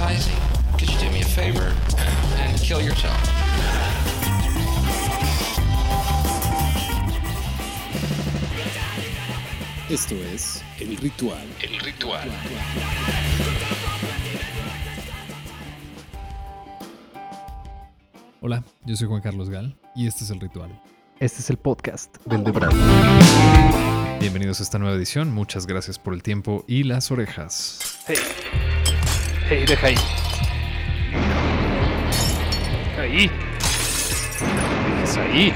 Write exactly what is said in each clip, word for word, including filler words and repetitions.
advertising. Could you do me a favor and kill yourself? Esto es El Ritual. El Ritual. Hola, yo soy Juan Carlos Gal y este es El Ritual. Este es el podcast del Debray. Bienvenidos a esta nueva edición, muchas gracias por el tiempo y las orejas. Hey, hey, deja ahí. Ahí. Dejes ahí.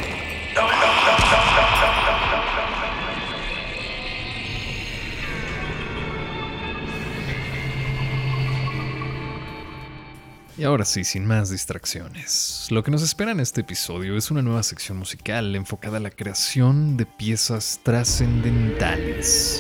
Y ahora sí, sin más distracciones, lo que nos espera en este episodio es una nueva sección musical enfocada a la creación de piezas trascendentales.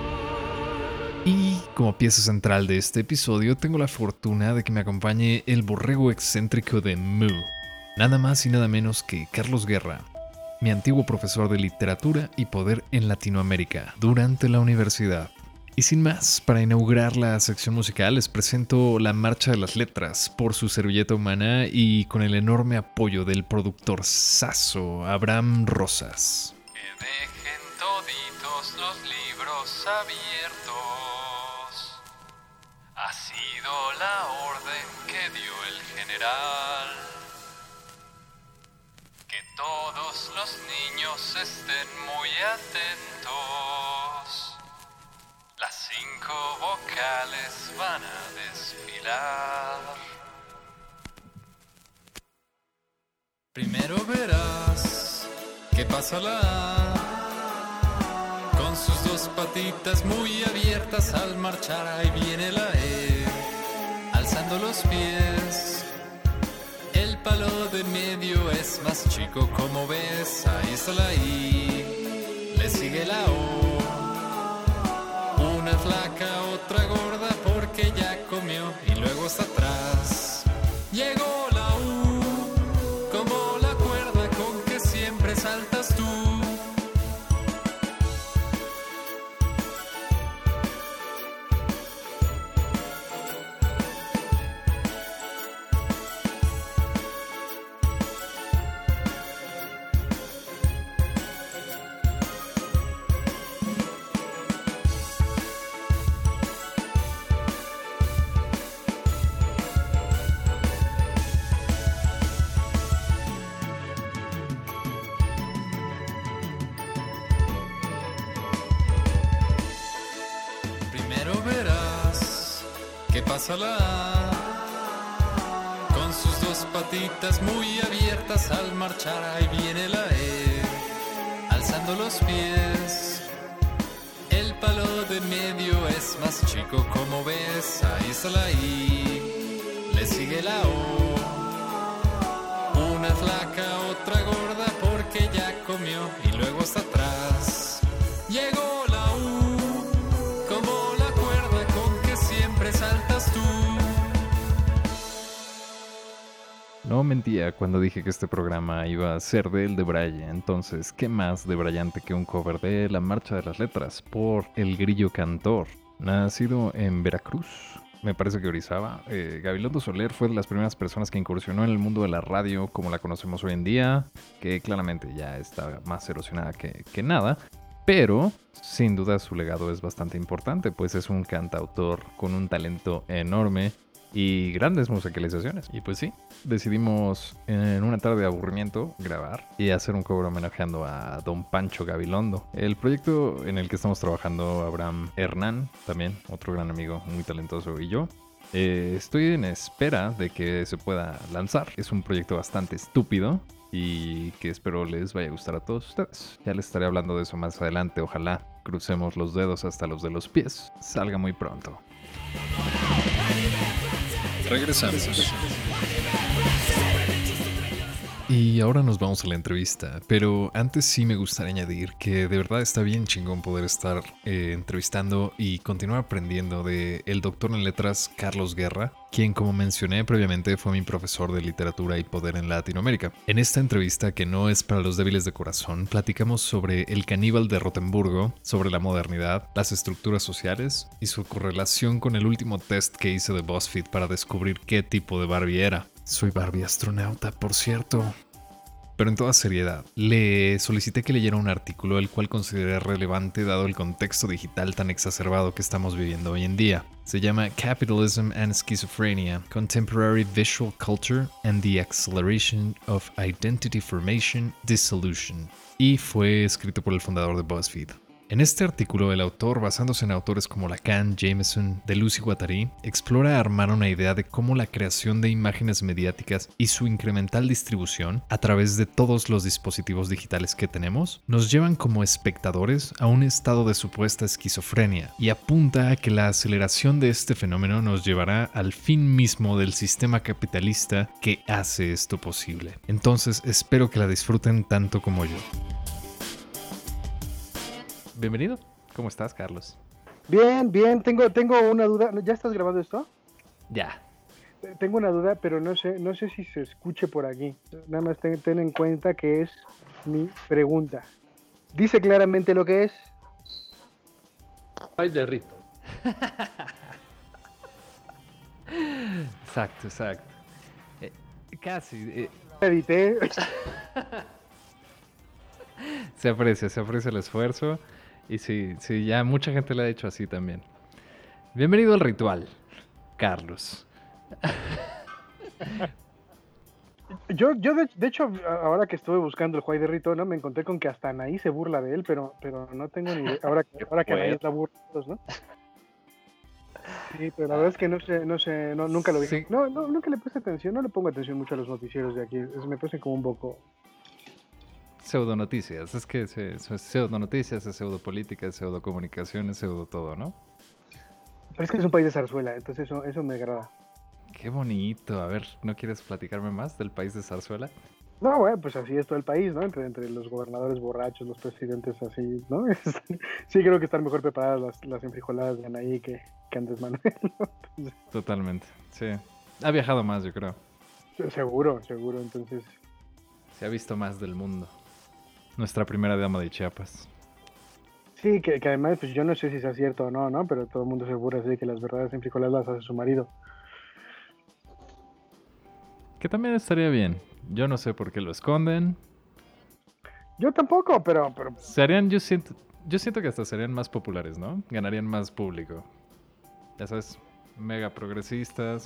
Y como pieza central de este episodio tengo la fortuna de que me acompañe el borrego excéntrico de Mu, nada más y nada menos que Carlos Guerra, mi antiguo profesor de literatura y poder en Latinoamérica durante la universidad. Y sin más, para inaugurar la sección musical les presento La Marcha de las Letras por su servilleta humana y con el enorme apoyo del productor saso Abraham Rosas. Que dejen toditos los libros abiertos. Ha sido la orden que dio el general. Que todos los niños estén muy atentos. Las cinco vocales van a desfilar. Primero verás qué pasa la A. Con sus dos patitas muy abiertas al marchar, ahí viene la E. Alzando los pies, el palo de medio es más chico, como ves, ahí está la I. Le sigue la O. Una flaca, otra gorda porque ya comió y luego hasta atrás. Llegó la U, como la cuerda con que siempre saltas tú. Pasa la A. Con sus dos patitas muy abiertas al marchar, ahí viene la E. Alzando los pies, el palo de medio es más chico, como ves, ahí está la I. Le sigue la O. Una flaca, otra gorda porque ya comió y luego hasta atrás. Llegó la U, como la cuerda con que siempre saltas tú. No mentía cuando dije que este programa iba a ser de El Debray. Entonces, ¿qué más debrayante que un cover de La Marcha de las Letras por El Grillo Cantor? Nacido en Veracruz, me parece que Orizaba, eh, Gabilondo Soler fue de las primeras personas que incursionó en el mundo de la radio como la conocemos hoy en día, que claramente ya está más erosionada que, que nada. Pero, sin duda, su legado es bastante importante, pues es un cantautor con un talento enorme y grandes musicalizaciones. Y pues sí, decidimos en una tarde de aburrimiento grabar y hacer un cover homenajeando a Don Pancho Gabilondo. El proyecto en el que estamos trabajando Abraham Hernán, también otro gran amigo muy talentoso, y yo, eh, estoy en espera de que se pueda lanzar. Es un proyecto bastante estúpido y que espero les vaya a gustar a todos ustedes. Ya les estaré hablando de eso más adelante. Ojalá crucemos los dedos hasta los de los pies. Salga muy pronto. Regresamos. Y ahora nos vamos a la entrevista, pero antes sí me gustaría añadir que de verdad está bien chingón poder estar eh, entrevistando y continuar aprendiendo de el doctor en letras Carlos Guerra, quien como mencioné previamente fue mi profesor de literatura y poder en Latinoamérica. En esta entrevista, que no es para los débiles de corazón, platicamos sobre El caníbal de Rotemburgo, sobre la modernidad, las estructuras sociales y su correlación con el último test que hice de BuzzFeed para descubrir qué tipo de Barbie era. Soy Barbie astronauta, por cierto. Pero en toda seriedad, le solicité que leyera un artículo el cual consideré relevante dado el contexto digital tan exacerbado que estamos viviendo hoy en día. Se llama Capitalism and Schizophrenia, Contemporary Visual Culture and the Acceleration of Identity Formation Dissolution, y fue escrito por el fundador de BuzzFeed. En este artículo, el autor, basándose en autores como Lacan, Jameson, Deleuze y Guattari, explora armar una idea de cómo la creación de imágenes mediáticas y su incremental distribución a través de todos los dispositivos digitales que tenemos nos llevan como espectadores a un estado de supuesta esquizofrenia y apunta a que la aceleración de este fenómeno nos llevará al fin mismo del sistema capitalista que hace esto posible. Entonces, espero que la disfruten tanto como yo. Bienvenido. ¿Cómo estás, Carlos? Bien, bien. Tengo, tengo una duda. ¿Ya estás grabando esto? Ya. Tengo una duda, pero no sé, no sé si se escuche por aquí. Nada más ten, ten en cuenta que es mi pregunta. Dice claramente lo que es. Ay, de rito. Exacto, exacto. Eh, casi. Eh, Edité. se aprecia, se aprecia el esfuerzo. Y sí, sí, ya mucha gente le ha dicho así también. Bienvenido al ritual, Carlos. Yo, yo de, de hecho, ahora que estuve buscando el Juay de Rito, ¿no? Me encontré con que hasta Anaí se burla de él, pero, pero no tengo ni idea. Ahora, ahora que Anaí es la burla, ¿no? Sí, pero la verdad es que no sé, no sé, no, nunca lo vi. Sí. No, no, nunca le puse atención, no le pongo atención mucho a los noticieros de aquí. Es, me parece como un poco... Pseudonoticias, es que es, es pseudonoticias, es pseudopolítica, es pseudocomunicación, es pseudo todo, ¿no? Pero es que es un país de zarzuela, entonces eso, eso me agrada. Qué bonito. A ver, ¿no quieres platicarme más del país de zarzuela? No, bueno, pues así es todo el país, ¿no? Entre, entre los gobernadores borrachos, los presidentes así, ¿no? Sí, creo que están mejor preparadas las, las enfrijoladas de Anaí que, que Andrés Manuel, ¿no? Entonces, Totalmente, sí. Ha viajado más, yo creo. seguro, seguro, entonces... Se ha visto más del mundo. Nuestra primera dama de Chiapas. Sí, que, que además, pues yo no sé si sea cierto o no, ¿no? Pero todo el mundo se burla así de que las verdades enfrijoladas las hace su marido. Que también estaría bien. Yo no sé por qué lo esconden. Yo tampoco, pero... pero... Serían, yo siento, yo siento que hasta serían más populares, ¿no? Ganarían más público. Ya sabes, mega progresistas.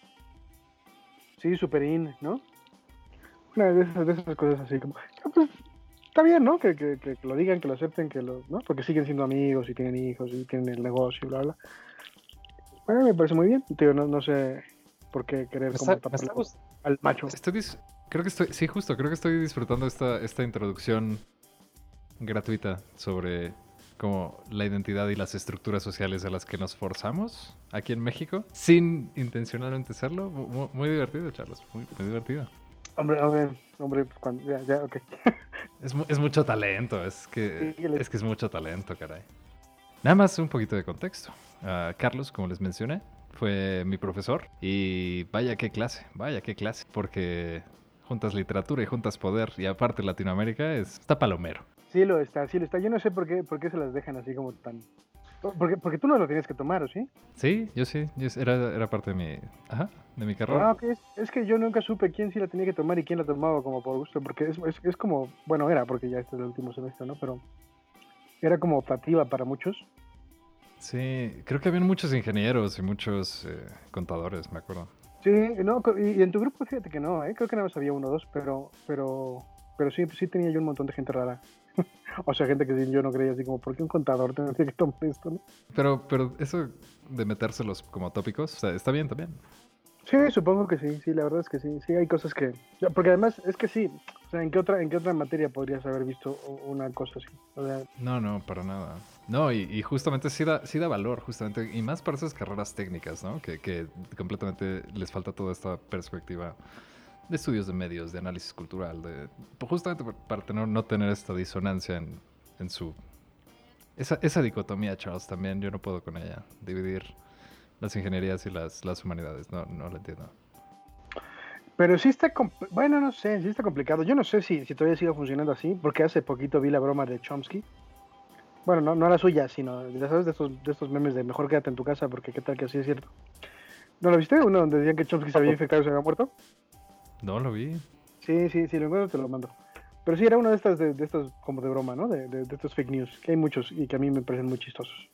Sí, super in, ¿no? Una de esas, de esas cosas así como... ah, pues, está bien, ¿no? Que, que, que lo digan, que lo acepten, que lo, ¿no? Porque siguen siendo amigos y tienen hijos y tienen el negocio y bla, bla. Bueno, me parece muy bien. Tío, no, no sé por qué querer Me como está- me taparle está gust- al macho. Estoy dis- creo que estoy, sí, justo, creo que estoy disfrutando esta, esta introducción gratuita sobre como la identidad y las estructuras sociales a las que nos forzamos aquí en México, sin intencionalmente serlo. Muy, muy divertido, Charlos, muy, muy divertido. Hombre, hombre, hombre, pues cuando, ya, ya, ok. Es, mu- es mucho talento, es que, Sí, le- es que es mucho talento, caray. Nada más un poquito de contexto. Ah, Carlos, como les mencioné, fue mi profesor y vaya qué clase, vaya qué clase, porque juntas literatura y juntas poder y aparte Latinoamérica es, está palomero. Sí lo está, sí lo está. Yo no sé por qué, por qué se las dejan así como tan... Porque, porque tú no lo tienes que tomar, ¿o sí? Sí, yo sí, yo sí, era, era parte de mi, ajá, de mi carrera. Ah, ok. Es, es que yo nunca supe quién sí la tenía que tomar y quién la tomaba como por gusto, porque es, es, es como, bueno, era, porque ya este es el último semestre, ¿no? Pero era como optativa para muchos. Sí, creo que habían muchos ingenieros y muchos eh, contadores, me acuerdo. Sí, no, co- y, y en tu grupo fíjate que no, ¿eh? Creo que nada más había uno o dos, pero, pero, pero sí, sí tenía yo un montón de gente rara. O sea, gente que sí, yo no creía así como, ¿por qué un contador tendría que tomar esto, no? Pero, pero eso de metérselos como tópicos, o sea, está bien también. Sí, supongo que sí, sí, la verdad es que sí, sí hay cosas que... Porque además es que sí, o sea, ¿en qué otra, en qué otra materia podrías haber visto una cosa así? O sea, No, no, para nada. No, y, y justamente sí da, sí da valor, justamente, y más para esas carreras técnicas, ¿no? Que, que completamente les falta toda esta perspectiva de estudios de medios, de análisis cultural, de, justamente para tener, no tener esta disonancia en, en su... Esa, esa dicotomía, Charles, también yo no puedo con ella, dividir las ingenierías y las, las humanidades, no, no lo entiendo. Pero sí está, compl- bueno, no sé, sí está complicado. Yo no sé si, si todavía sigue funcionando así, porque hace poquito vi la broma de Chomsky. Bueno, no, no la suya, sino, ya sabes, de estos, de estos memes de mejor quédate en tu casa, porque qué tal que así es cierto. ¿No lo viste? Uno donde decían que Chomsky se había infectado y se había muerto. No lo vi. Sí, sí, sí, lo encuentro, te lo mando. Pero sí, era uno de estas, de, de estos como de broma, ¿no? De, de, de estos fake news, que hay muchos y que a mí me parecen muy chistosos.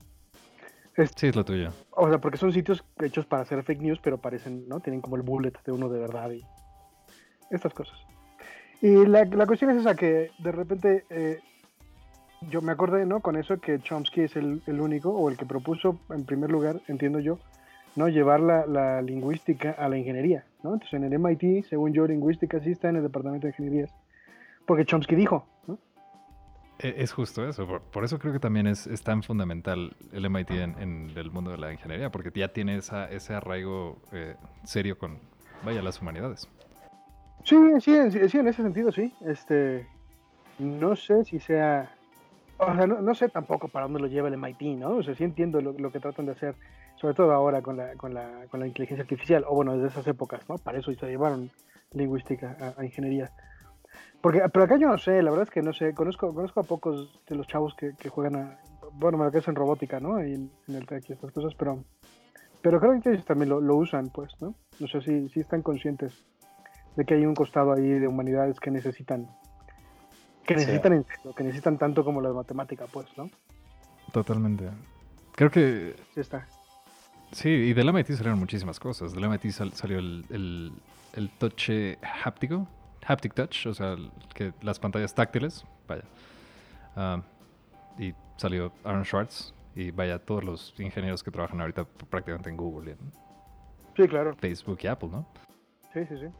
Sí, es lo tuyo. O sea, porque son sitios hechos para hacer fake news, pero parecen, ¿no? Tienen como el bullet de uno de verdad y estas cosas. Y la, la cuestión es esa, que de repente eh, yo me acordé, ¿no? Con eso que Chomsky es el, el único, o el que propuso, en primer lugar, entiendo yo, ¿no? Llevar la, la lingüística a la ingeniería, ¿no? Entonces en el M I T, según yo, lingüística sí está en el departamento de ingenierías, porque Chomsky dijo, ¿no? Es justo eso, por, por eso creo que también es, es tan fundamental el M I T en, en el mundo de la ingeniería, porque ya tiene esa, ese arraigo eh, serio con, vaya, las humanidades. Sí, sí, en, sí, en ese sentido sí. Este, no sé si sea, o sea, no, no sé tampoco para dónde lo lleva el M I T, ¿no? O sea, sí entiendo lo, lo que tratan de hacer, sobre todo ahora con la, con la, con la inteligencia artificial, o bueno, desde esas épocas, ¿no? Para eso se llevaron lingüística a, a ingeniería. Porque, pero acá yo no sé, la verdad es que no sé, conozco, conozco a pocos de los chavos que, que juegan a, bueno, me lo que es en robótica, ¿no? Y en, en el TEC y estas cosas, pero, pero creo que ellos también lo, lo usan, pues, ¿no? No sé si, si están conscientes de que hay un costado ahí de humanidades que necesitan, que necesitan sí. en serio, que necesitan tanto como la matemática, pues, ¿no? Totalmente. Creo que... Sí está. Sí, y del M I T salieron muchísimas cosas. Del M I T sal, salió el, el, el touch háptico, haptic touch, o sea, el, que las pantallas táctiles, vaya. Uh, y salió Aaron Swartz, y vaya, todos los ingenieros que trabajan ahorita prácticamente en Google, y en sí, claro. Facebook y Apple, ¿no? Sí, sí, sí.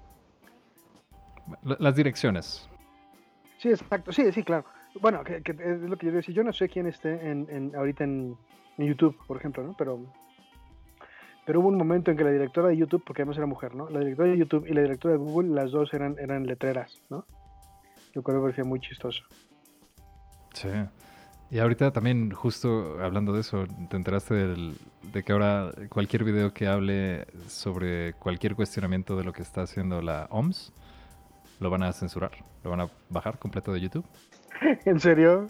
Las direcciones. Sí, exacto. Sí, sí, claro. Bueno, que, que es lo que yo decía. Yo no sé quién esté en, en, ahorita en, en YouTube, por ejemplo, ¿no? Pero, pero hubo un momento en que la directora de YouTube, porque además era mujer, ¿no? La directora de YouTube y la directora de Google, las dos eran, eran letreras, ¿no? Lo cual me parecía muy chistoso. Sí. Y ahorita también, justo hablando de eso, te enteraste del, de que ahora cualquier video que hable sobre cualquier cuestionamiento de lo que está haciendo la O M S, lo van a censurar, lo van a bajar completo de YouTube. ¿En serio?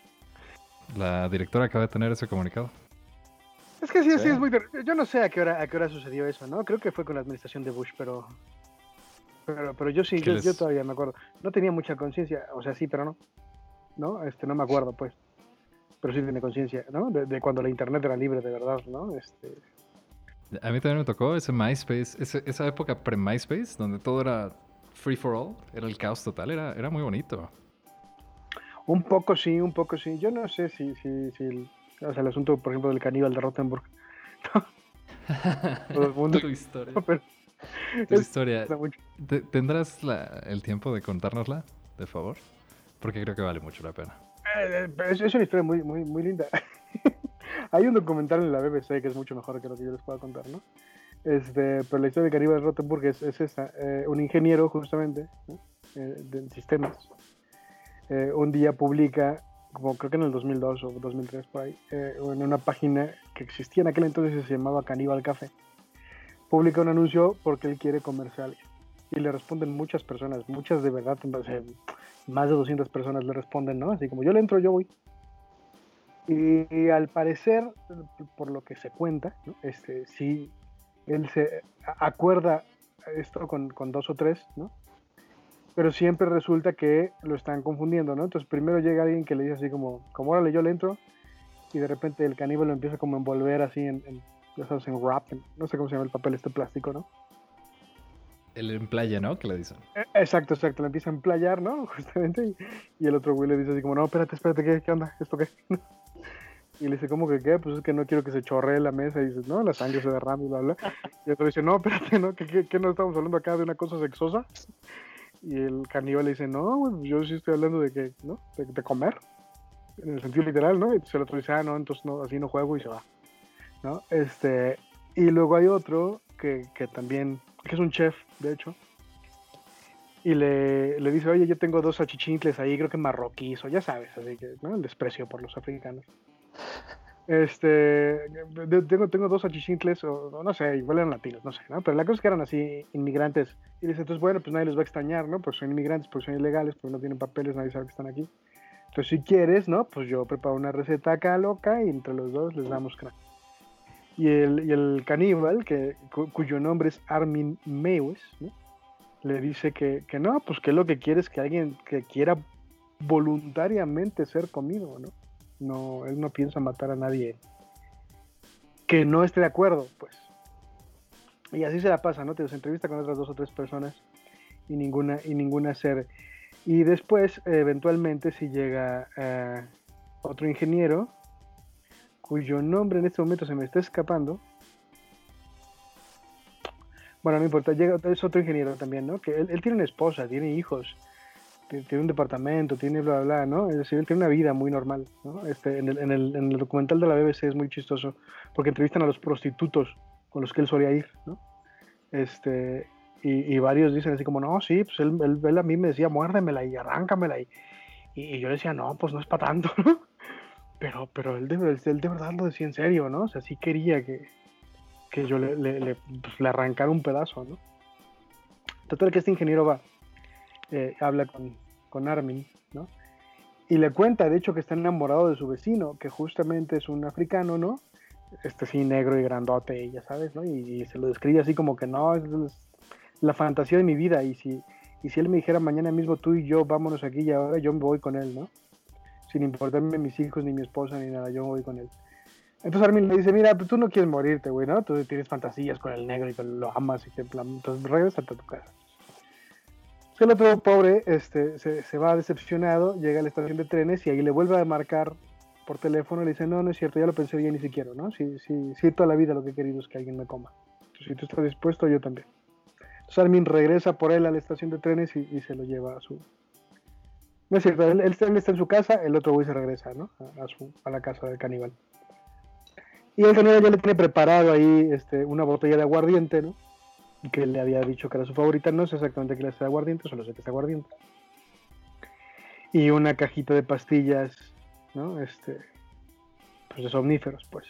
La directora acaba de tener ese comunicado. Es que sí, sí, sí es muy... Yo no sé a qué hora a qué hora sucedió eso, ¿no? Creo que fue con la administración de Bush, pero... Pero, pero yo sí, yo, les... yo todavía me acuerdo. No tenía mucha conciencia, o sea, sí, pero no. ¿No? Este, no me acuerdo, pues. Pero sí tiene conciencia, ¿no? De, de cuando la internet era libre, de verdad, ¿no? Este... A mí también me tocó ese MySpace, ese, esa época pre-MySpace, donde todo era free for all, era el caos total, era, era muy bonito. Un poco sí, un poco sí. Yo no sé si, si, si el, o sea, el asunto, por ejemplo, del caníbal de Rottenburg. Todo el mundo. Tu historia. No, pero tu historia. ¿Tendrás la, el tiempo de contárnosla, de favor? Porque creo que vale mucho la pena. Eh, es, es una historia muy, muy, muy linda. Hay un documental en la B B C que es mucho mejor que lo que yo les pueda contar, ¿no? Este, pero la historia de caníbal de Rottenburg es, es esta. Eh, un ingeniero, justamente, ¿no? eh, de sistemas, eh, un día publica, como creo que en el dos mil dos o dos mil tres por ahí, eh, en una página que existía en aquel entonces, se llamaba Caníbal Café, publica un anuncio porque él quiere comerse a alguien. Y le responden muchas personas, muchas de verdad, más de doscientas personas le responden, ¿no? Así como yo le entro, yo voy. Y, y al parecer, por lo que se cuenta, ¿no? Este, sí, él se acuerda esto con, con dos o tres, ¿no? Pero siempre resulta que lo están confundiendo, ¿no? Entonces primero llega alguien que le dice así como, como órale, yo le entro, y de repente el caníbal lo empieza como a envolver así en, en ya sabes, en wrap, en, no sé cómo se llama el papel este plástico, ¿no? El emplaya, ¿no? Que le dicen. Exacto, exacto, le empieza a emplayar, ¿no? Justamente, y, y el otro güey le dice así como, no, espérate, espérate, ¿qué, qué onda? ¿Esto qué? Y le dice, ¿cómo que qué? Pues es que no quiero que se chorree la mesa. Y dice, no, la sangre se derrama y bla, bla. Y otro dice, no, espérate, ¿no? ¿Qué, qué, qué no estamos hablando acá de una cosa sexosa? Y el caníbal le dice, no, güey, yo sí estoy hablando de que, ¿no? De, de comer, en el sentido literal, ¿no? Y entonces el otro dice, ah, no, entonces no, así no juego y se va, ¿no? Este, y luego hay otro que, que también, que es un chef, de hecho, y le, le dice, oye, yo tengo dos achichincles ahí, creo que marroquíes, o ya sabes, así que, ¿no? El desprecio por los africanos. Este, tengo, tengo dos achichincles, o, o no sé, igual eran latinos, no sé, ¿no? Pero la cosa es que eran así, inmigrantes. Y dice, entonces, bueno, pues nadie los va a extrañar, ¿no? Porque son inmigrantes, porque son ilegales, porque no tienen papeles, nadie sabe que están aquí. Entonces, si quieres, ¿no? Pues yo preparo una receta acá loca y entre los dos les damos crack. Y el, y el caníbal, que, cu, cuyo nombre es Armin Meiwes, ¿no? Le dice que, que no, pues que lo que quiere es que alguien que quiera voluntariamente ser comido, ¿no? No, él no piensa matar a nadie que no esté de acuerdo, pues. Y así se la pasa, ¿no? Te se entrevista con otras dos o tres personas y ninguna, y ninguna ser. Y después, eventualmente, si llega uh, otro ingeniero, cuyo nombre en este momento se me está escapando. Bueno, no importa, llega, es otro ingeniero también, ¿no? Que él, él tiene una esposa, tiene hijos, tiene un departamento, tiene bla, bla, bla, ¿no? Es decir, él tiene una vida muy normal, ¿no? Este, en, el, en, el, en el documental de la B B C es muy chistoso, porque entrevistan a los prostitutos con los que él solía ir, ¿no? Este, y, y varios dicen así como, no, sí, pues él, él, él a mí me decía, muérdemela y arráncamela, y, y, y yo le decía, no, pues no es para tanto, ¿no? Pero, pero él, de, él de verdad lo decía en serio, ¿no? O sea, sí quería que, que yo le, le, le, pues, le arrancara un pedazo, ¿no? Total que este ingeniero va, Eh, habla con, con Armin, ¿no? Y le cuenta, de hecho, que está enamorado de su vecino, que justamente es un africano, ¿no? Este sí, negro y grandote, y ya sabes, ¿no? Y, y se lo describe así como que no, es, es la fantasía de mi vida, y si, y si él me dijera mañana mismo tú y yo, vámonos aquí y ahora, yo me voy con él, ¿no? Sin importarme mis hijos, ni mi esposa, ni nada, yo me voy con él. Entonces Armin le dice, mira, pues tú no quieres morirte, güey, ¿no? Tú tienes fantasías con el negro y con, lo amas, y que, entonces regrésate a tu casa. El otro pobre este, se, se va decepcionado, llega a la estación de trenes y ahí le vuelve a marcar por teléfono y le dice, no, no es cierto, ya lo pensé bien y si quiero, ¿no? Sí, sí, sí, toda la vida lo que he querido es que alguien me coma. Entonces, si tú estás dispuesto, yo también. Entonces Armin regresa por él a la estación de trenes y, y se lo lleva a su... No es cierto, él, él, él está en su casa, el otro güey se regresa, ¿no? A, a, su, a la casa del caníbal. Y el caníbal ya le tiene preparado ahí este, una botella de aguardiente, ¿no? Que le había dicho que era su favorita, no sé exactamente qué clase de aguardiente, solo sé que es aguardiente. Y una cajita de pastillas, ¿no? Este, pues de somníferos, pues.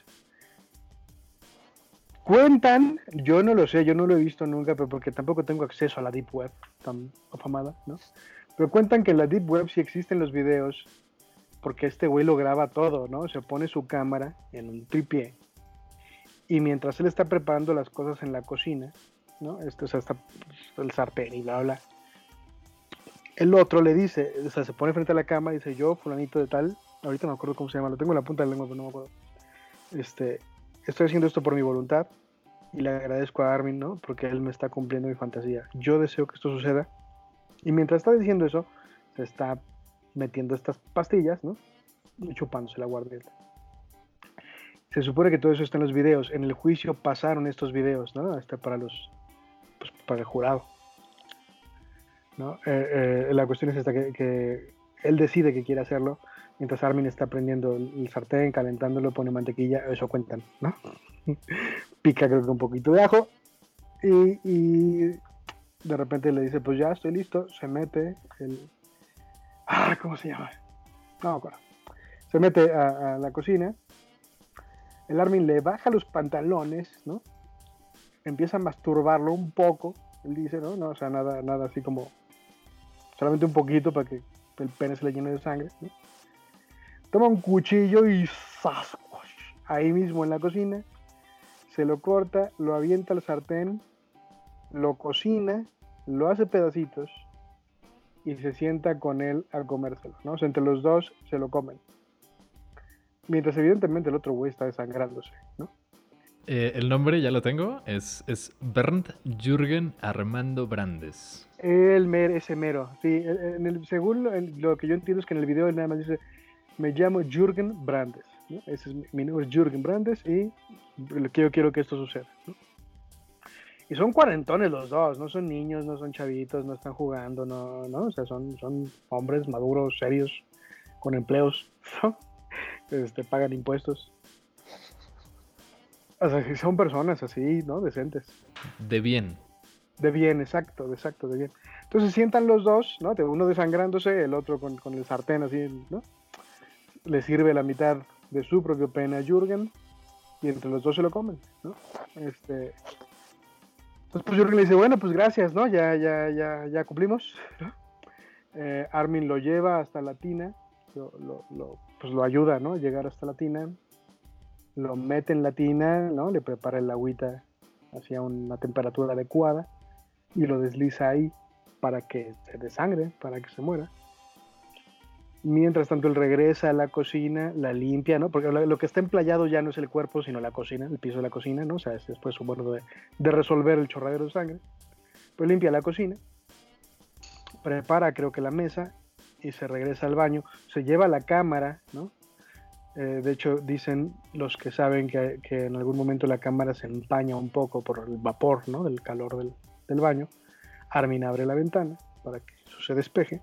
Cuentan, yo no lo sé, yo no lo he visto nunca, pero porque tampoco tengo acceso a la Deep Web tan afamada, ¿no? Pero cuentan que en la Deep Web sí existen los videos, porque este güey lo graba todo, ¿no? Se pone su cámara en un tripié, y mientras él está preparando las cosas en la cocina, ¿no? Esto, o sea, está el sartén y bla, bla. El otro le dice, o sea, se pone frente a la cama y dice, yo, fulanito de tal, ahorita no me acuerdo cómo se llama, lo tengo en la punta de la lengua, pero no me acuerdo. Este, estoy haciendo esto por mi voluntad y le agradezco a Armin, ¿no? Porque él me está cumpliendo mi fantasía. Yo deseo que esto suceda. Y mientras está diciendo eso, se está metiendo estas pastillas, ¿no? Y chupándose la aguardiente. Se supone que todo eso está en los videos. En el juicio pasaron estos videos, ¿no? Hasta para los... pues para el jurado, ¿no? Eh, eh, la cuestión es esta, que, que él decide que quiere hacerlo, mientras Armin está prendiendo el sartén, calentándolo, pone mantequilla, eso cuentan, ¿no? Pica creo que un poquito de ajo, y, y de repente le dice, pues ya estoy listo, se mete el... Ah, ¿cómo se llama? No me acuerdo. Se mete a, a la cocina, el Armin le baja los pantalones, ¿no? Empieza a masturbarlo un poco, él dice, ¿no? No, o sea, nada, nada así como, solamente un poquito para que el pene se le llene de sangre, ¿no? Toma un cuchillo y ¡zas! Ahí mismo en la cocina, se lo corta, lo avienta al sartén, lo cocina, lo hace pedacitos y se sienta con él a comérselo, ¿no? O sea, entre los dos se lo comen. Mientras evidentemente el otro güey está desangrándose, ¿no? Eh, el nombre ya lo tengo, es, es Bernd Jürgen Armando Brandes. El mer, ese mero, sí, en el, según lo, en, lo que yo entiendo es que en el video él nada más dice, me llamo Jürgen Brandes, ¿no? Ese es mi, mi nombre es Jürgen Brandes y yo quiero que esto suceda, ¿no? Y son cuarentones los dos, no son niños, no son chavitos, no están jugando, no, no, o sea, son, son hombres maduros, serios, con empleos, ¿no? Este, pagan impuestos. O sea, son personas así, ¿no? Decentes. De bien. De bien, exacto, de exacto, de bien. Entonces sientan los dos, ¿no? Uno desangrándose, el otro con, con el sartén así, ¿no? Le sirve la mitad de su propio pene a Jürgen y entre los dos se lo comen, ¿no? Este... Entonces pues Jürgen le dice, bueno, pues gracias, ¿no? Ya, ya, ya, ya cumplimos, ¿no? Eh, Armin lo lleva hasta la tina, lo, lo, lo, pues lo ayuda, ¿no? Llegar hasta la tina, lo mete en la tina, ¿no? Le prepara el agüita hacia una temperatura adecuada y lo desliza ahí para que se desangre, para que se muera. Mientras tanto él regresa a la cocina, la limpia, ¿no? Porque lo que está emplayado ya no es el cuerpo, sino la cocina, el piso de la cocina, ¿no? O sea, es después bueno, de, de resolver el chorradero de sangre. Pues limpia la cocina, prepara creo que la mesa y se regresa al baño, se lleva la cámara, ¿no? Eh, de hecho dicen los que saben que, que en algún momento la cámara se empaña un poco por el vapor, ¿no? Del calor del, del baño. Armin abre la ventana para que eso se despeje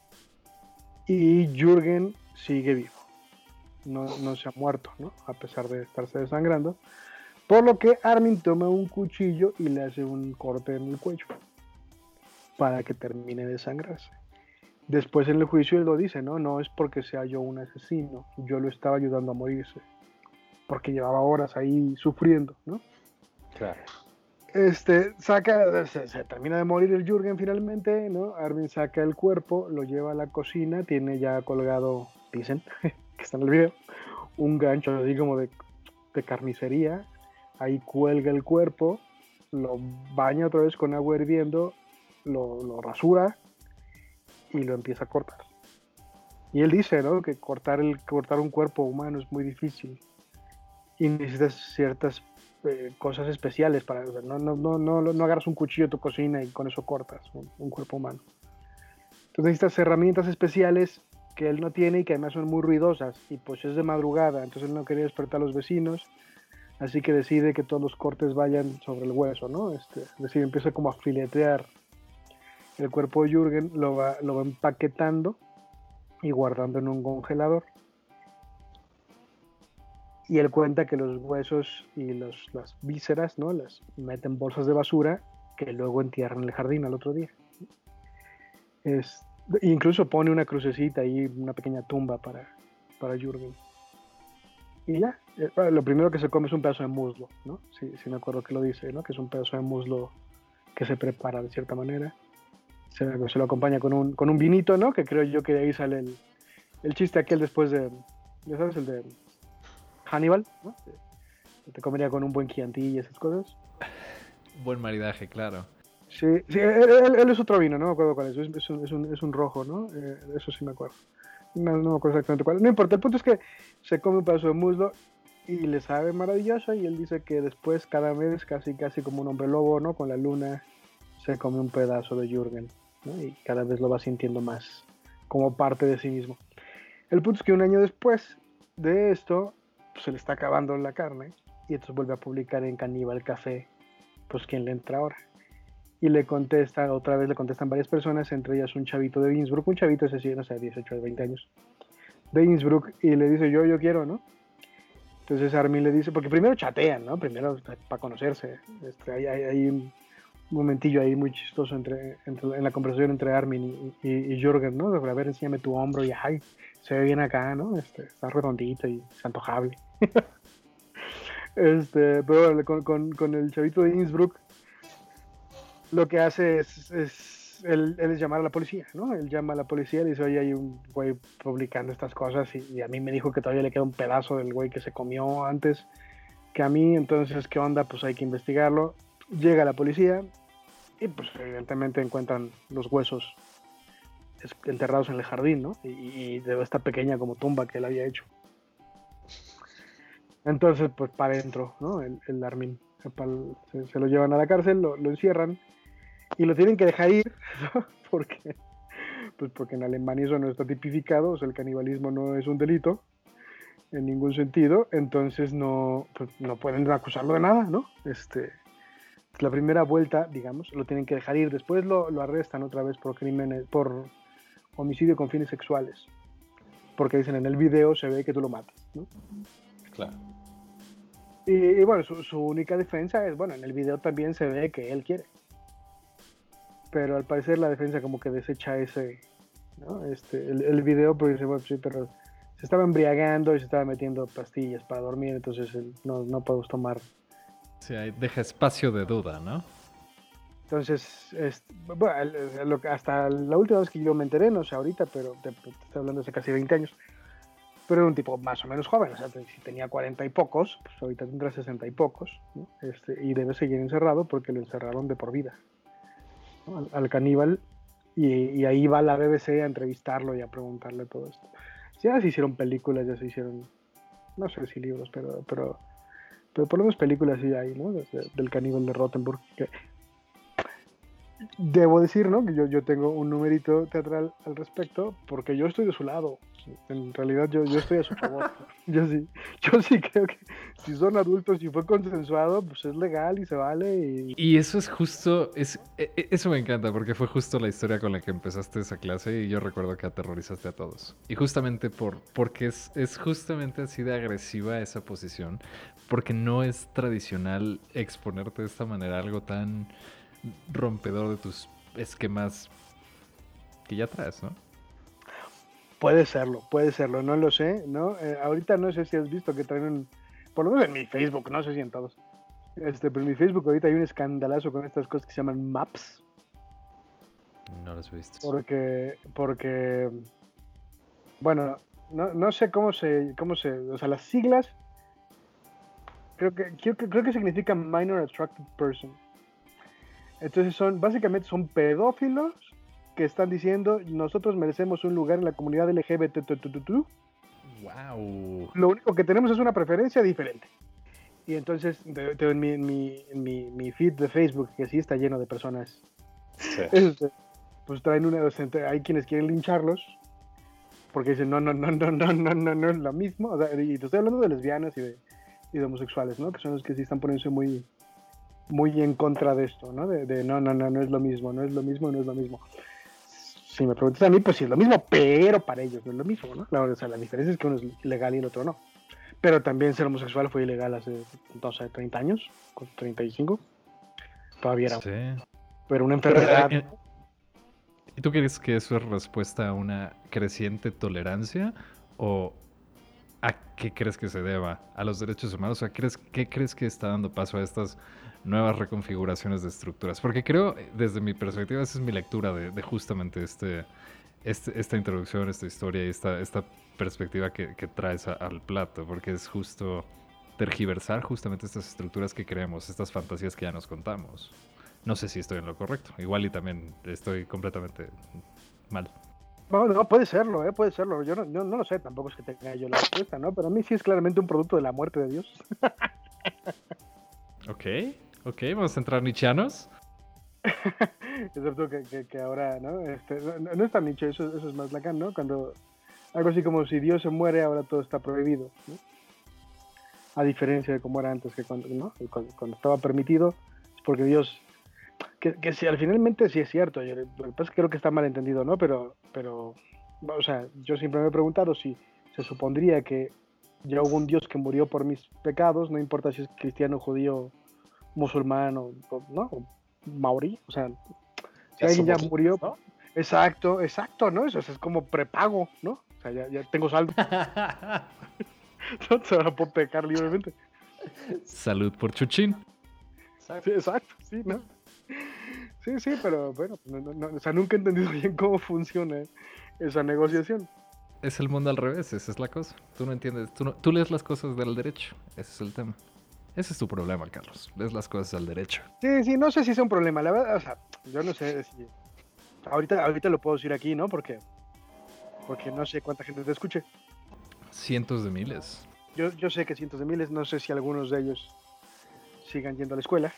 y Jürgen sigue vivo, no, no se ha muerto, ¿no? A pesar de estarse desangrando, por lo que Armin toma un cuchillo y le hace un corte en el cuello para que termine de desangrarse. Después en el juicio él lo dice, ¿no? No es porque sea yo un asesino, yo lo estaba ayudando a morirse, porque llevaba horas ahí sufriendo, ¿no? Claro. Este, saca, se, se termina de morir el Jürgen finalmente, ¿no? Armin saca el cuerpo, lo lleva a la cocina, tiene ya colgado, dicen, que está en el video, un gancho así como de, de carnicería, ahí cuelga el cuerpo, lo baña otra vez con agua hirviendo, lo, lo rasura, y lo empieza a cortar. Y él dice, ¿no? Que cortar, el, cortar un cuerpo humano es muy difícil y necesitas ciertas eh, cosas especiales para, o sea, no, no, no, no, no agarras un cuchillo de tu cocina y con eso cortas un, un cuerpo humano. Entonces necesitas herramientas especiales que él no tiene y que además son muy ruidosas y pues es de madrugada, entonces él no quería despertar a los vecinos, así que decide que todos los cortes vayan sobre el hueso, ¿no? Este, es decir, empieza como a filetear el cuerpo de Jürgen, lo va, lo va empaquetando y guardando en un congelador. Y él cuenta que los huesos y los, las vísceras, ¿no? Las mete en bolsas de basura que luego entierran en el jardín al otro día. Es, incluso pone una crucecita ahí, una pequeña tumba para, para Jürgen. Y ya, lo primero que se come es un pedazo de muslo, ¿no? Sí, sí me acuerdo que lo dice, ¿no? Que es un pedazo de muslo que se prepara de cierta manera. Se, se lo acompaña con un, con un vinito, ¿no? Que creo yo que de ahí sale el, el chiste aquel después de, ya sabes, el de Hannibal, ¿no? Que te comería con un buen Chianti y esas cosas. Buen maridaje, claro. Sí, sí él, él, él es otro vino, no me acuerdo cuál es, es, es, un, es, un, es un rojo, ¿no? Eh, eso sí me acuerdo. No, no me acuerdo exactamente cuál. No importa, el punto es que se come un pedazo de muslo y le sabe maravilloso y él dice que después cada mes, casi casi como un hombre lobo, ¿no? Con la luna, se come un pedazo de Jürgen, ¿no? Y cada vez lo va sintiendo más como parte de sí mismo. El punto es que un año después de esto, pues, se le está acabando la carne y entonces vuelve a publicar en Caníbal Café, pues quién le entra ahora. Y le contesta, otra vez le contestan varias personas, entre ellas un chavito de Innsbruck, un chavito ese sí, no sé, dieciocho o veinte años, de Innsbruck, y le dice yo, yo quiero, ¿no? Entonces Armin le dice, porque primero chatean, ¿no? Primero para conocerse, este, hay, hay, hay un momentillo ahí muy chistoso entre, entre, en la conversación entre Armin y, y, y Jürgen, ¿no? A ver, enséñame tu hombro y ay, se ve bien acá, ¿no? Este, está redondito y es antojable. este, pero bueno, con, con, con el chavito de Innsbruck, lo que hace es, es él, él es llamar a la policía, ¿no? Él llama a la policía y dice, oye, hay un güey publicando estas cosas y, y a mí me dijo que todavía le queda un pedazo del güey que se comió antes que a mí, entonces, ¿qué onda? Pues hay que investigarlo. Llega la policía y pues evidentemente encuentran los huesos enterrados en el jardín, ¿no? Y, y de esta pequeña como tumba que él había hecho. Entonces, pues para adentro, ¿no? El, el Armin se, se lo llevan a la cárcel, lo, lo encierran y lo tienen que dejar ir, ¿no? Porque, pues porque en Alemania eso no está tipificado, o sea, el canibalismo no es un delito en ningún sentido, entonces no, pues, no pueden acusarlo de nada, ¿no? Este, la primera vuelta, digamos, lo tienen que dejar ir, después lo, lo arrestan otra vez por crímenes, por homicidio con fines sexuales, porque dicen en el video se ve que tú lo matas, ¿no? Claro. Y, y bueno, su, su única defensa es, bueno, en el video también se ve que él quiere. pero al parecer la defensa como que desecha ese, ¿no? Este, el, el video, porque dice, bueno, sí, pero se estaba embriagando y se estaba metiendo pastillas para dormir, entonces él, no, no podemos tomar. Sí, ahí deja espacio de duda, ¿no? Entonces, es, bueno, lo, hasta la última vez que yo me enteré, no sé ahorita, pero te, te estoy hablando hace casi veinte años, pero era un tipo más o menos joven, o sea, si tenía cuarenta y pocos, pues ahorita tendrá sesenta y pocos, ¿no? Este, y debe seguir encerrado porque lo encerraron de por vida, ¿no? al, al caníbal, y, y ahí va la B B C a entrevistarlo y a preguntarle todo esto. Ya se hicieron películas, ya se hicieron, no sé si libros, pero, pero, pero por lo menos películas sí hay, ¿no? Desde, del caníbal de Rottenburg, que debo decir, ¿no? Que yo, yo tengo un numerito teatral al respecto, porque yo estoy de su lado. En realidad yo, yo estoy a su favor. Yo sí, yo sí creo que si son adultos y fue consensuado, pues es legal y se vale. Y, y eso es justo, es, eso me encanta, porque fue justo la historia con la que empezaste esa clase y yo recuerdo que aterrorizaste a todos. Y justamente por, porque es, es justamente así de agresiva esa posición, porque no es tradicional exponerte de esta manera algo tan rompedor de tus esquemas que ya traes, ¿no? Puede serlo, puede serlo, no lo sé, ¿no? Eh, ahorita no sé si has visto que traen un, por lo menos en mi Facebook, no sé si en todos, este, pero en mi Facebook ahorita hay un escandalazo con estas cosas que se llaman maps. No los he visto. Porque, porque, bueno, no, no sé cómo se, cómo se, o sea, las siglas, creo que, creo que, creo que significa Minor Attracted Person. Entonces son, básicamente son pedófilos que están diciendo, nosotros merecemos un lugar en la comunidad L G B T. Wow. Lo único que tenemos es una preferencia diferente. Y entonces, de, de, en, mi, en, mi, en mi, mi feed de Facebook, que sí está lleno de personas, sí. este, pues traen una, hay quienes quieren lincharlos, porque dicen, no, no, no, no, no, no, no, no es lo mismo. O sea, y te estoy hablando de lesbianas y de, y de homosexuales, ¿no? Que son los que sí están poniéndose muy, muy en contra de esto, ¿no? De, de no, no, no, no es lo mismo, no es lo mismo, no es lo mismo. Si me preguntas a mí, pues sí es lo mismo, pero para ellos no es lo mismo, ¿no? La, o sea, la diferencia es que uno es legal y el otro no. Pero también ser homosexual fue ilegal hace, no sé, treinta años, treinta y cinco. Todavía era. Sí. Pero una enfermedad. Pero, eh, ¿y tú crees que eso es respuesta a una creciente tolerancia o a qué crees que se deba? ¿A los derechos humanos? ¿O a crees, qué crees que está dando paso a estas nuevas reconfiguraciones de estructuras? Porque creo, desde mi perspectiva, esa es mi lectura de, de justamente este, este, esta introducción, esta historia y esta, esta perspectiva que, que traes a, al plato, porque es justo tergiversar justamente estas estructuras que creemos, estas fantasías que ya nos contamos. No sé si estoy en lo correcto, igual y también estoy completamente mal. No, no, puede serlo, ¿eh? Puede serlo. Yo no, yo no lo sé, tampoco es que tenga yo la respuesta, ¿no? Pero a mí sí es claramente un producto de la muerte de Dios. Ok, ok, vamos a entrar nichianos. Excepto que, que, que ahora, ¿no? Este, no, no es tan nicho, eso, eso es más Lacan, ¿no? Cuando algo así como si Dios se muere, ahora todo está prohibido, ¿no? A diferencia de cómo era antes, que cuando, ¿no? cuando, cuando estaba permitido, es porque Dios, que, que si al finalmente sí es cierto, yo, lo que pasa es que creo que está mal entendido, ¿no? Pero, pero, o sea, yo siempre me he preguntado si se supondría que ya hubo un Dios que murió por mis pecados, no importa si es cristiano, judío, musulmán o, ¿no? o maorí, o sea, si alguien ya murió, ¿no? Exacto, exacto, ¿no? Eso es como prepago, ¿no? O sea, ya, ya tengo saldo. No se van a poder pecar libremente. Salud por Chuchín. Sí, exacto, sí, ¿no? Sí, sí, pero bueno, no, no, o sea, nunca he entendido bien cómo funciona esa negociación. Es el mundo al revés, esa es la cosa. Tú no entiendes, tú, no, tú lees las cosas del derecho, ese es el tema. Ese es tu problema, Carlos, lees las cosas al derecho. Sí, sí, no sé si es un problema, la verdad, o sea, yo no sé si... Ahorita, ahorita lo puedo decir aquí, ¿no? Porque, porque no sé cuánta gente te escuche. Cientos de miles. Yo, yo sé que cientos de miles, no sé si algunos de ellos sigan yendo a la escuela.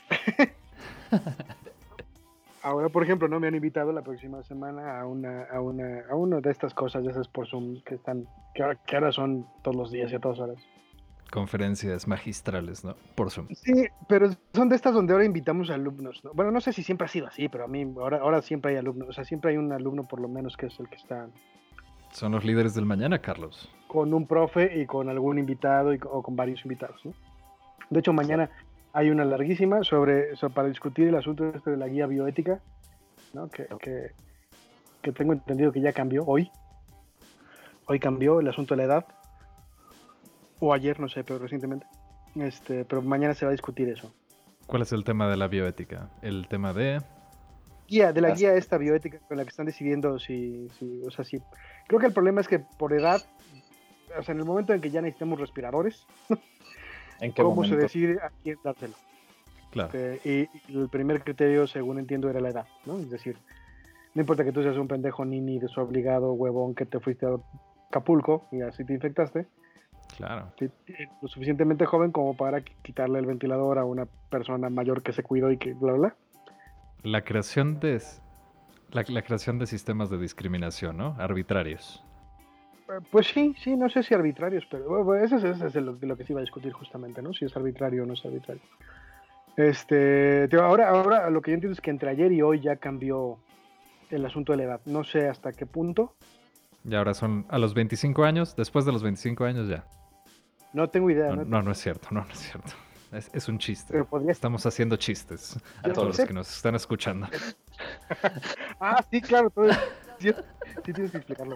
Ahora, por ejemplo, no me han invitado la próxima semana a una, a una, a una de estas cosas, de esas por Zoom que están, que ahora, que ahora son todos los días y a todas horas. Conferencias magistrales, ¿no? Por Zoom. Sí, pero son de estas donde ahora invitamos a alumnos, ¿no? Bueno, no sé si siempre ha sido así, pero a mí ahora, ahora siempre hay alumnos, o sea, siempre hay un alumno por lo menos que es el que está... Son los líderes del mañana, Carlos. Con un profe y con algún invitado y, o con varios invitados, ¿no? De hecho, mañana hay una larguísima sobre, sobre para discutir el asunto este de la guía bioética ¿no? Que, que, que tengo entendido que ya cambió hoy. Hoy cambió el asunto de la edad. O ayer, no sé, pero recientemente. Este, pero mañana se va a discutir eso. ¿Cuál es el tema de la bioética? El tema de... Guía, de la guía esta bioética con la que están decidiendo si, si, o sea, si... Creo que el problema es que por edad, o sea, en el momento en que ya necesitamos respiradores, ¿En qué ¿cómo momento? se decide a quién dárselo? Claro. Este, y, y el primer criterio, según entiendo, era la edad, ¿no? Es decir, no importa que tú seas un pendejo nini desobligado, huevón, que te fuiste a Acapulco y así te infectaste, Claro. si- lo suficientemente joven como para qui- quitarle el ventilador a una persona mayor que se cuidó y que bla, bla, bla. La creación de... La, la creación de sistemas de discriminación, ¿no? Arbitrarios. Eh, Pues sí, sí, no sé si arbitrarios, pero bueno, bueno, eso es, eso es de lo, de lo que se iba a discutir justamente, ¿no? Si es arbitrario o no es arbitrario. Este, tío, ahora, ahora lo que yo entiendo es que entre ayer y hoy ya cambió el asunto de la edad. No sé hasta qué punto, Y ahora son a los veinticinco años, después de los veinticinco años ya. no tengo idea. No, No, no, no es cierto, no, no es cierto. Es, es un chiste. Pero podría- Estamos haciendo chistes a Yo todos no los sé. que nos están escuchando. Ah, sí, claro, todo es- sí, sí tienes que explicarlo.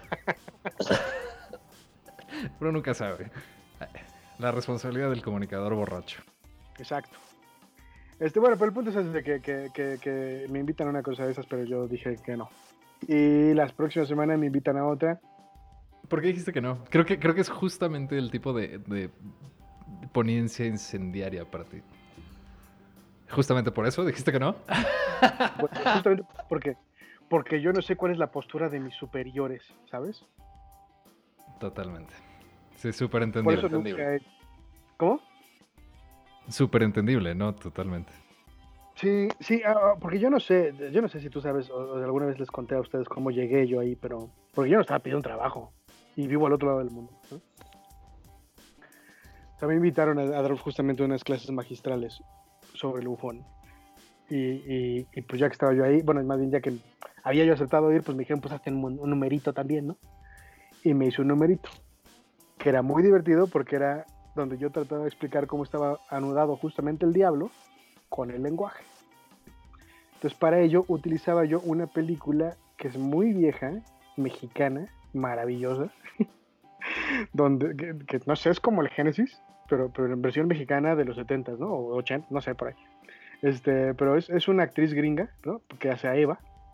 Pero nunca sabe. La responsabilidad del comunicador borracho. Exacto. Este, bueno, pero el punto es ese de que, que, que, que me invitan a una cosa de esas, pero yo dije que no. Y las próximas semanas me invitan a otra. ¿Por qué dijiste que no? Creo que, creo que es justamente el tipo de, de ponencia incendiaria para ti. Justamente por eso dijiste que no. Bueno, justamente porque, porque yo no sé cuál es la postura de mis superiores, ¿sabes? Totalmente. Sí, súper Por eso entendible. nunca he- ¿Cómo? Súper entendible, ¿no? Totalmente. Sí, sí, ah, porque yo no sé, yo no sé si tú sabes, o, o alguna vez les conté a ustedes cómo llegué yo ahí, pero porque yo no estaba pidiendo un trabajo y vivo al otro lado del mundo, ¿no? O sea, me invitaron a, a dar justamente unas clases magistrales sobre el bufón. Y, y, y pues ya que estaba yo ahí, bueno, más bien ya que había yo aceptado ir, pues me dijeron, pues hazte un, un numerito también, ¿no? Y me hice un numerito, que era muy divertido porque era donde yo trataba de explicar cómo estaba anudado justamente el diablo con el lenguaje. Entonces para ello utilizaba yo una película que es muy vieja, mexicana, maravillosa, donde, que, que no sé, es como el Génesis, pero, pero en versión mexicana de los setentas, ¿no? O ochenta, no sé, por ahí. Este, pero es, es una actriz gringa, ¿no? Que hace a Eva.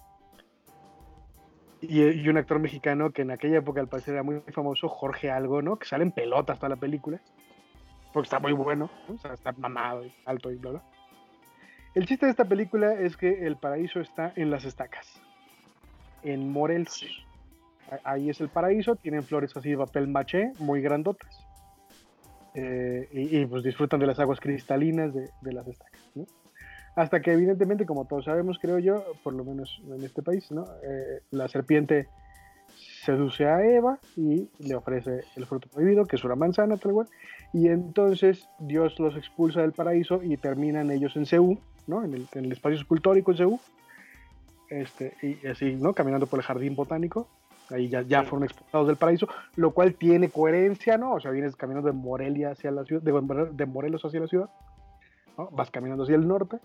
Y, y un actor mexicano que en aquella época al parecer era muy famoso, Jorge Algo, ¿no? Que sale en pelotas toda la película. Porque está muy bueno, ¿no? O sea, está mamado y alto y bla, bla. El chiste de esta película es que el paraíso está en las estacas, en Morelos. A- Ahí es el paraíso, tienen flores así de papel maché, muy grandotas. Eh, y, y, pues disfrutan de las aguas cristalinas de, de las estacas, ¿no? Hasta que evidentemente, como todos sabemos, creo yo, por lo menos en este país, ¿no? Eh, la serpiente seduce a Eva y le ofrece el fruto prohibido, que es una manzana, tal cual, y entonces Dios los expulsa del paraíso y terminan ellos en Seúl, ¿no? En el, en el espacio escultórico en Seúl, este, y así, ¿no? Caminando por el jardín botánico, ahí ya, ya fueron expulsados del paraíso, lo cual tiene coherencia, ¿no? O sea, vienes caminando de Morelia hacia la ciudad, de, de Morelos hacia la ciudad, ¿no? Vas caminando hacia el norte.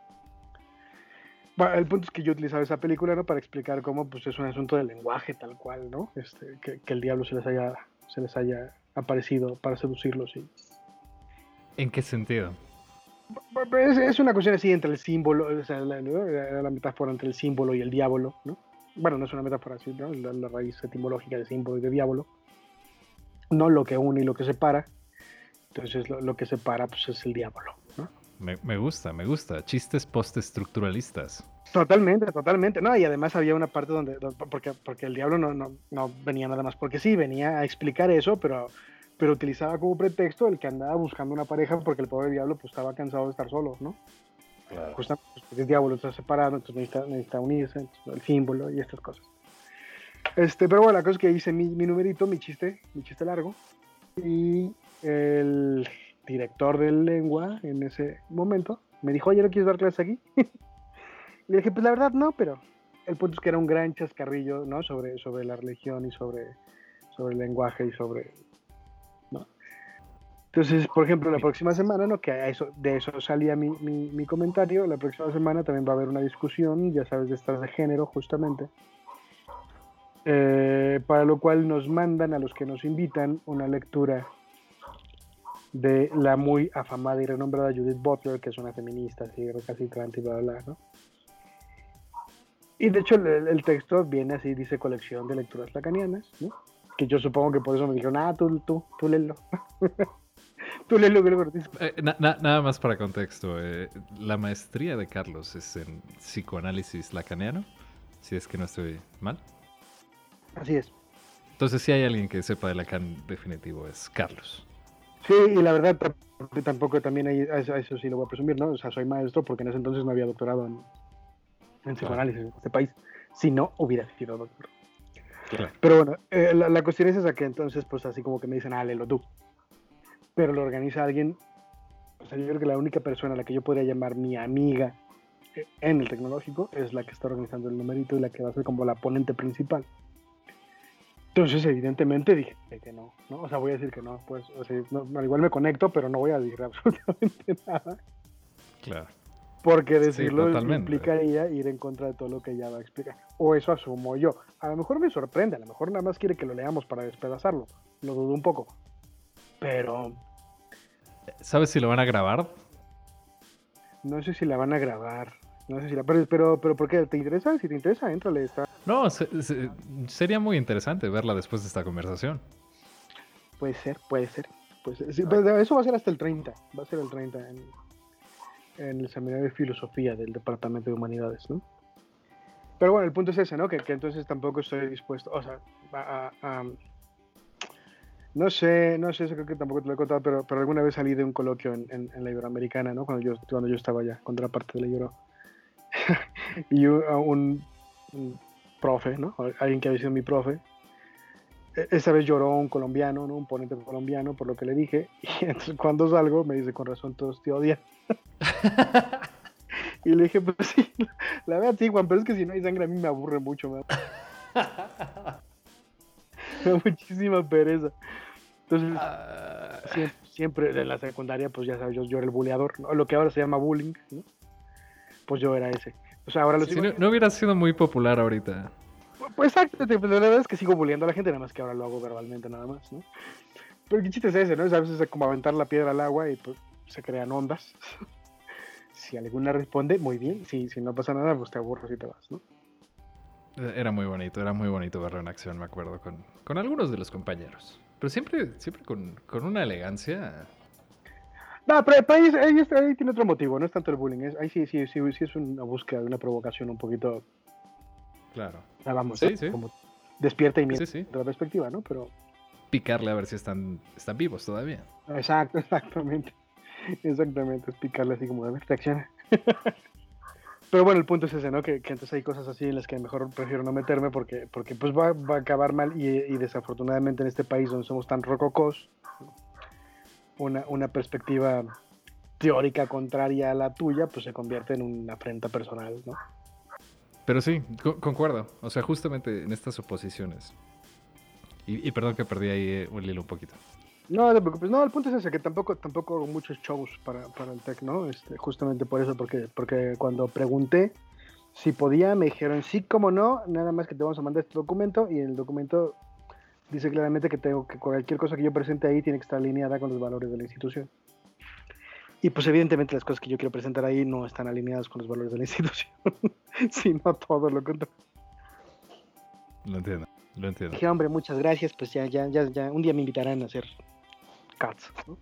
Bueno, el punto es que yo utilizaba esa película, ¿no? Para explicar cómo pues, es un asunto de lenguaje tal cual, ¿no? Este, que, que el diablo se les haya, se les haya aparecido para seducirlos. Y... ¿En qué sentido? Es, es una cuestión así entre el símbolo, o sea, la, la, la metáfora entre el símbolo y el diablo, ¿no? Bueno, no es una metáfora así, ¿no? La, la raíz etimológica de símbolo y de diablo. No lo que une y lo que separa. Entonces lo, lo que separa pues, es el diablo, ¿no? Me, me gusta, me gusta. Chistes postestructuralistas. Totalmente, totalmente. No, y además había una parte donde, porque, porque el diablo no, no, no venía nada más porque sí, venía a explicar eso, pero, pero utilizaba como pretexto el que andaba buscando una pareja porque el pobre diablo pues estaba cansado de estar solo, ¿no? Claro. Justamente porque el diablo está separado, entonces necesita, necesita unirse, entonces, el símbolo y estas cosas. Este, pero bueno, la cosa es que hice mi, mi numerito, mi chiste, mi chiste largo, y el director de lengua en ese momento me dijo, oye, ¿no quieres dar clases aquí? Le dije, pues la verdad no, pero el punto es que era un gran chascarrillo, ¿no? Sobre, sobre la religión y sobre, sobre el lenguaje y sobre, ¿no? Entonces, por ejemplo, la próxima semana, ¿no? Que a eso, de eso salía mi, mi, mi comentario, la próxima semana también va a haber una discusión, ya sabes, de estas de género, justamente, eh, para lo cual nos mandan a los que nos invitan una lectura de la muy afamada y renombrada Judith Butler, que es una feminista, así, recalcitrante y bla, bla, bla, ¿no? Y de hecho el, el texto viene así, dice colección de lecturas lacanianas, ¿no? Que yo supongo que por eso me dijeron, ah, tú, tú, tú léelo. Tú léelo, léelo. Eh, na- na- nada más para contexto. Eh, la maestría de Carlos es en psicoanálisis lacaniano, si es que no estoy mal. Así es. Entonces, si hay alguien que sepa de Lacan definitivo, es Carlos. Sí, y la verdad t- tampoco también hay, a eso, a eso sí lo voy a presumir, ¿no? O sea, soy maestro porque en ese entonces no había doctorado en, en psicoanálisis en este país. Si no, hubiera sido doctor. Claro. Pero bueno, eh, la, la cuestión es esa, que entonces pues así como que me dicen, ah, léelo tú. Pero lo organiza alguien, o sea, yo creo que la única persona a la que yo podría llamar mi amiga eh, en el tecnológico es la que está organizando el numerito y la que va a ser como la ponente principal. Entonces, evidentemente dije que no, ¿no? O sea, voy a decir que no, pues, o sea, no, al igual me conecto, pero no voy a decir absolutamente nada. Claro. Porque Sí, decirlo totalmente. implicaría ir en contra de todo lo que ella va a explicar. O eso asumo yo. A lo mejor me sorprende, a lo mejor nada más quiere que lo leamos para despedazarlo. Lo dudo un poco. Pero ¿Sabes si lo van a grabar? no sé si la van a grabar. No sé si la... Pero, pero, pero ¿por qué? ¿Te interesa? Si te interesa, éntrale. Está... No, se- se- sería muy interesante verla después de esta conversación. Puede ser, puede ser. Puede ser. Sí, pero eso va a ser hasta el treinta. Va a ser el treinta en, en el seminario de filosofía del Departamento de Humanidades, ¿no? Pero bueno, el punto es ese, ¿no? Que, que entonces tampoco estoy dispuesto, o sea, a, a, a- no sé, no sé, eso creo que tampoco te lo he contado, pero, pero alguna vez salí de un coloquio en, en, en la Iberoamericana, ¿no? Cuando yo, cuando yo estaba allá, cuando era parte de la Ibero. Y un, un, un profe, ¿no? Alguien que había sido mi profe, e- esa vez lloró un colombiano, ¿no? Un ponente colombiano, por lo que le dije. Y entonces cuando salgo me dice, con razón todos te odian. Y le dije, pues sí, la verdad sí, Juan, pero es que si no hay sangre a mí me aburre mucho, me da, me da muchísima pereza. Entonces, siempre, siempre en la secundaria, pues ya sabes, yo, yo era el buleador, ¿no? Lo que ahora se llama bullying, ¿no? Pues yo era ese. O sea, ahora lo Si sigo... no, no hubiera sido muy popular ahorita. Pues exacto, pues, la verdad es que sigo bulleando a la gente, nada más que ahora lo hago verbalmente nada más, ¿no? Pero qué chiste es ese, ¿no? A veces es como aventar la piedra al agua y pues se crean ondas. Si alguna responde, muy bien. Si, si no pasa nada, pues te aburres y te vas, ¿no? Era muy bonito, era muy bonito verlo en acción, me acuerdo, con, con algunos de los compañeros. Pero siempre, siempre con, con una elegancia. No, pero, pero ahí, ahí, está- ahí tiene otro motivo, no es tanto el bullying. Es, ahí sí, sí, sí, sí es una búsqueda de una provocación un poquito, Claro. ah, vamos, Sí, ¿no? sí. Como despierta y Sí, miente sí. de la perspectiva, ¿no? Pero, Picarle a ver si están, están vivos todavía. exacto, exactamente. Exactamente, es picarle así como de ver, reacciona. Pero bueno, el punto es ese, ¿no? Que, que entonces hay cosas así en las que mejor prefiero no meterme porque, porque pues va, va a acabar mal y, y desafortunadamente en este país donde somos tan rococós, una, una perspectiva teórica contraria a la tuya, pues se convierte en una afrenta personal, ¿no? Pero sí, co- concuerdo. O sea, justamente en estas oposiciones. Y, y perdón que perdí ahí eh, un hilo un poquito. No, no te preocupes. No, el punto es ese, que tampoco, tampoco hago muchos shows para, para el tech, ¿no? Este, justamente por eso, porque, porque cuando pregunté si podía, me dijeron sí, como no, nada más que te vamos a mandar este documento y el documento dice claramente que tengo que cualquier cosa que yo presente ahí tiene que estar alineada con los valores de la institución. Y pues evidentemente las cosas que yo quiero presentar ahí no están alineadas con los valores de la institución, sino todo lo contrario. Lo entiendo, lo entiendo. Dije, hombre, muchas gracias, pues ya, ya, ya, ya, un día me invitarán a hacer cuts, ¿no?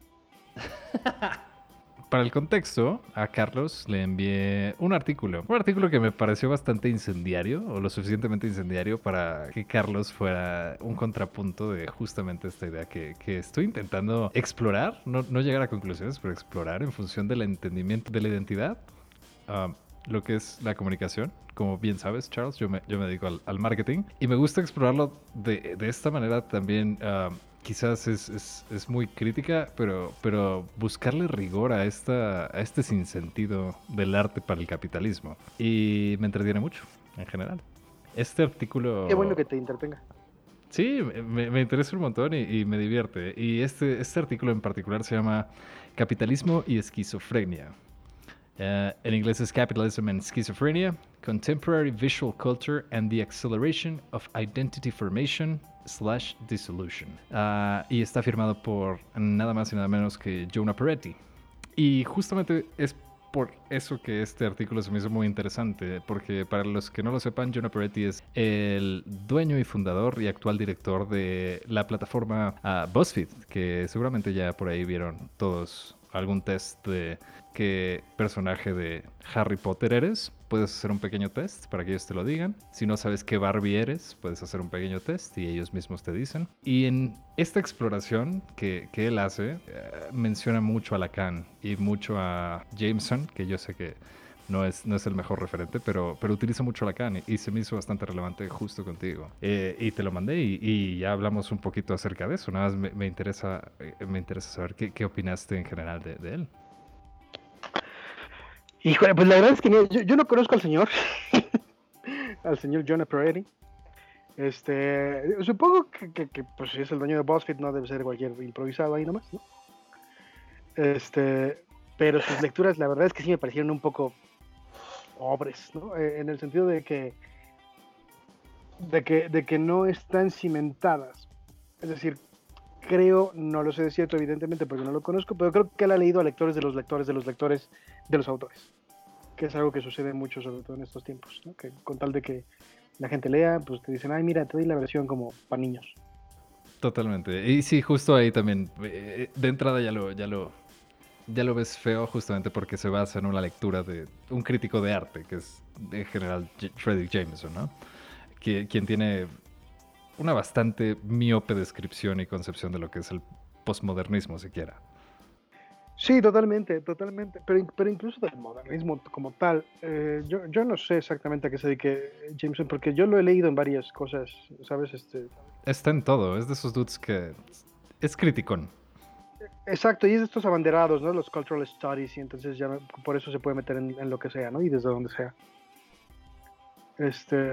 Para el contexto, a Carlos le envié un artículo. Un artículo que me pareció bastante incendiario, o lo suficientemente incendiario para que Carlos fuera un contrapunto de justamente esta idea que, que estoy intentando explorar, no, no llegar a conclusiones, pero explorar en función del entendimiento de la identidad, um, lo que es la comunicación. Como bien sabes, Charles, yo me, yo me dedico al, al marketing y me gusta explorarlo de, de esta manera también. Um, quizás es, es, es muy crítica, pero, pero buscarle rigor a, esta, a este sinsentido del arte para el capitalismo. Y me entretiene mucho, en general. Este artículo... Qué bueno que te entretenga. Sí, me, me interesa un montón y, y me divierte. Y este, este artículo en particular se llama Capitalismo y Esquizofrenia. Uh, en inglés es Capitalism and Schizophrenia, Contemporary Visual Culture and the Acceleration of Identity Formation slash Dissolution. Uh, y está firmado por nada más y nada menos que Jonah Peretti. Y justamente es por eso que este artículo se me hizo muy interesante, porque para los que no lo sepan, Jonah Peretti es el dueño y fundador y actual director de la plataforma uh, BuzzFeed, que seguramente ya por ahí vieron todos algún test de qué personaje de Harry Potter eres. Puedes hacer un pequeño test para que ellos te lo digan. Si no sabes qué Barbie eres, puedes hacer un pequeño test y ellos mismos te dicen. Y en esta exploración que, que él hace, eh, menciona mucho a Lacan y mucho a Jameson, que yo sé que no es, no es el mejor referente, pero, pero utiliza mucho a Lacan y, y se me hizo bastante relevante justo contigo. Eh, y te lo mandé y, y ya hablamos un poquito acerca de eso. Nada más me, me, interesa, me interesa saber qué, qué opinaste en general de, de él. Híjole, pues la verdad es que no, yo, yo no conozco al señor, al señor Jonah Peretti. Este, supongo que, que, que pues si es el dueño de BuzzFeed no debe ser cualquier improvisado ahí nomás, ¿no? Este, pero sus lecturas la verdad es que sí me parecieron un poco pobres, ¿no? Eh, en el sentido de que, de que, de que no están cimentadas. Es decir, creo, no lo sé de cierto evidentemente porque no lo conozco, pero creo que él ha leído a lectores de los lectores de los lectores de los autores, que es algo que sucede mucho sobre todo en estos tiempos, ¿no? Que con tal de que la gente lea, pues te dicen, ay mira, te doy la versión como para niños. Totalmente, y sí, justo ahí también, de entrada ya lo, ya lo, ya lo ves feo justamente porque se basa en una lectura de un crítico de arte, que es en general Fredric Jameson, ¿no? Que, quien tiene una bastante miope descripción y concepción de lo que es el posmodernismo, siquiera. Sí, totalmente, totalmente. Pero, pero incluso del modernismo como tal, eh, yo, yo no sé exactamente a qué se dedique Jameson, porque yo lo he leído en varias cosas, ¿sabes? Este... Está en todo, es de esos dudes que es criticón. Exacto, y es de estos abanderados, ¿no? Los cultural studies, y entonces ya por eso se puede meter en, en lo que sea, ¿no? Y desde donde sea. Este...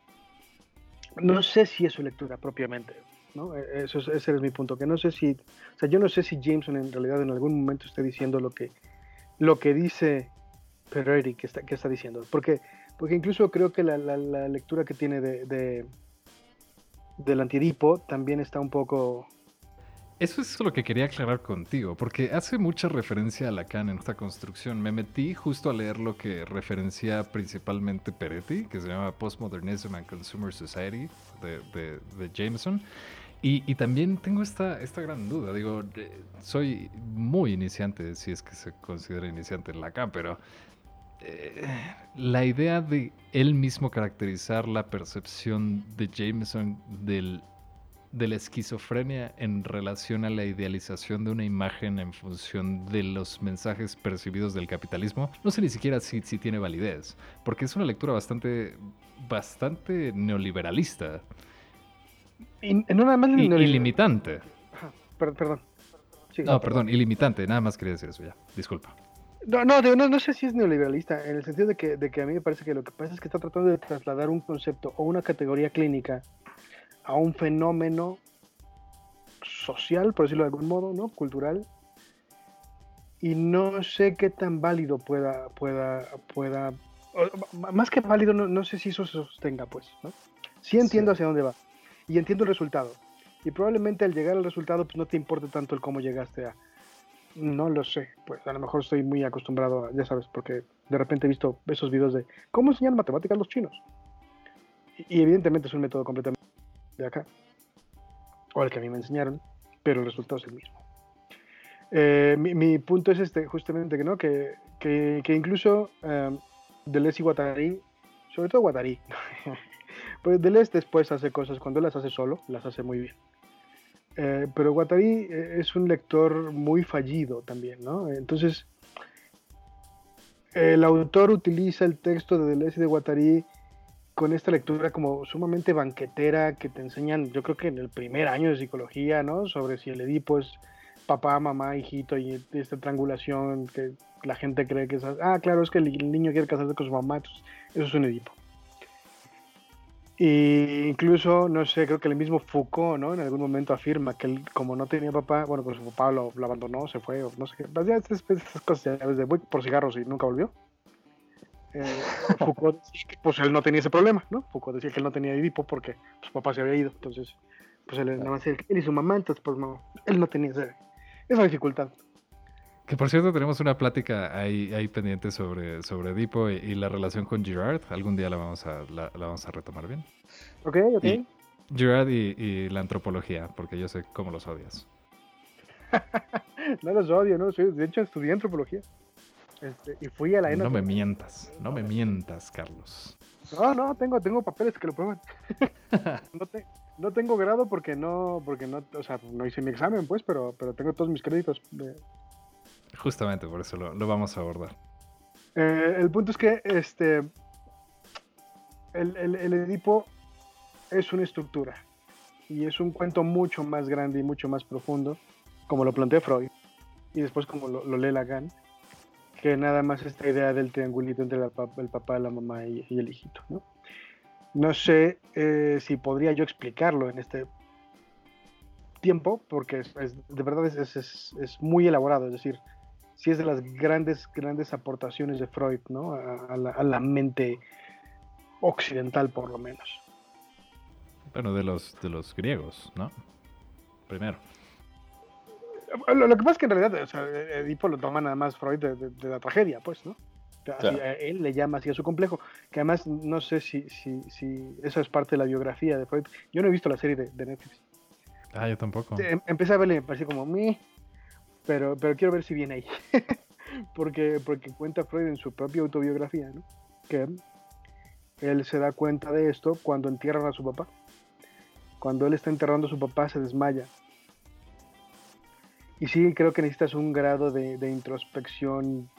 No sé si es su lectura propiamente, ¿no? Eso es, ese es mi punto, que no sé si, o sea, yo no sé si Jameson en realidad en algún momento esté diciendo lo que, lo que dice Peretti que está, que está diciendo, porque, porque incluso creo que la, la, la lectura que tiene de, de del Antiedipo también está un poco... Eso es lo que quería aclarar contigo, porque hace mucha referencia a Lacan en esta construcción. Me metí justo a leer lo que referencia principalmente Peretti, que se llama Postmodernism and Consumer Society, de, de, de Jameson. Y, y también tengo esta, esta gran duda. Digo, soy muy iniciante, si es que se considera iniciante en Lacan, pero eh, la idea de él mismo caracterizar la percepción de Jameson del... de la esquizofrenia en relación a la idealización de una imagen en función de los mensajes percibidos del capitalismo, no sé ni siquiera si, si tiene validez, porque es una lectura bastante, bastante neoliberalista. Y, no nada más y, neoliberal... ilimitante. Ajá, per, perdón. Sí, no, perdón, ilimitante, nada más quería decir eso ya, disculpa. No, no, no, no sé si es neoliberalista, en el sentido de que, de que a mí me parece que lo que pasa es que está tratando de trasladar un concepto o una categoría clínica a un fenómeno social, por decirlo de algún modo, ¿no? Cultural. Y no sé qué tan válido pueda, pueda, pueda, o, más que válido, no, no sé si eso se sostenga, pues, ¿no? Sí entiendo sí. hacia dónde va. Y entiendo el resultado. Y probablemente al llegar al resultado, pues no te importe tanto el cómo llegaste a... No lo sé, pues a lo mejor estoy muy acostumbrado a, ya sabes, porque de repente he visto esos videos de cómo enseñan matemáticas los chinos. Y, y evidentemente es un método completamente de acá, o el que a mí me enseñaron, pero el resultado es el mismo. Eh, mi, mi punto es este, justamente, ¿no? que, que, que incluso um, Deleuze y Guattari, sobre todo Guattari, pues Deleuze después hace cosas, cuando las hace solo, las hace muy bien. Eh, pero Guattari es un lector muy fallido también, ¿no? Entonces, el autor utiliza el texto de Deleuze y de Guattari con esta lectura como sumamente banquetera que te enseñan, yo creo que en el primer año de psicología, ¿no? Sobre si el Edipo es papá, mamá, hijito, y esta triangulación que la gente cree que es... Ah, claro, es que el niño quiere casarse con su mamá, entonces eso es un Edipo. Y incluso, no sé, creo que el mismo Foucault, ¿no? En algún momento afirma que él, como no tenía papá, bueno, pues su papá lo, lo abandonó, se fue, o no sé qué. Pues ya esas, esas cosas, ya ves, de voy por cigarros y nunca volvió. Eh, Foucault decía que pues él no tenía ese problema, ¿no? Foucault decía que él no tenía Edipo porque su papá se había ido. Entonces, pues él, nada más él, él y su mamá, entonces pues no, él no tenía ese, esa dificultad. Que por cierto tenemos una plática ahí, ahí pendiente sobre, sobre Edipo y, y la relación con Girard. Algún día la vamos a, la, la vamos a retomar bien. Ok, ok. Y Girard y, y la antropología, porque yo sé cómo los odias. No los odio, ¿no? Soy, de hecho, estudié antropología. Este, y fui a la E N A. No me mientas, no me mientas, Carlos. No, no, tengo, tengo papeles que lo prueban. no, te, no tengo grado porque no, porque no, o sea, no hice mi examen, pues, pero, pero tengo todos mis créditos. De... Justamente por eso lo, lo vamos a abordar. Eh, el punto es que este el, el, el Edipo es una estructura y es un cuento mucho más grande y mucho más profundo, como lo plantea Freud y después como lo, lo lee Lacan, que nada más esta idea del triangulito entre la, el papá, la mamá y, y el hijito, ¿no? No sé eh, si podría yo explicarlo en este tiempo, porque es, es, de verdad es, es, es muy elaborado, es decir, sí es de las grandes, grandes aportaciones de Freud, ¿no? A, a, la, a la mente occidental, por lo menos. Bueno, de los, de los griegos, ¿no? Primero. Lo, lo que pasa es que en realidad, o sea, Edipo lo toma nada más Freud de, de, de la tragedia, pues, ¿no? Así, sí. Él le llama así a su complejo, que además no sé si, si, si eso es parte de la biografía de Freud. Yo no he visto la serie de, de Netflix. Ah, yo tampoco. Em, empecé a verle y me pareció como, meh, pero, pero quiero ver si viene ahí. porque, porque cuenta Freud en su propia autobiografía, ¿no? Que él se da cuenta de esto cuando entierran a su papá. Cuando él está enterrando a su papá se desmaya. Y sí, creo que necesitas un grado de, de introspección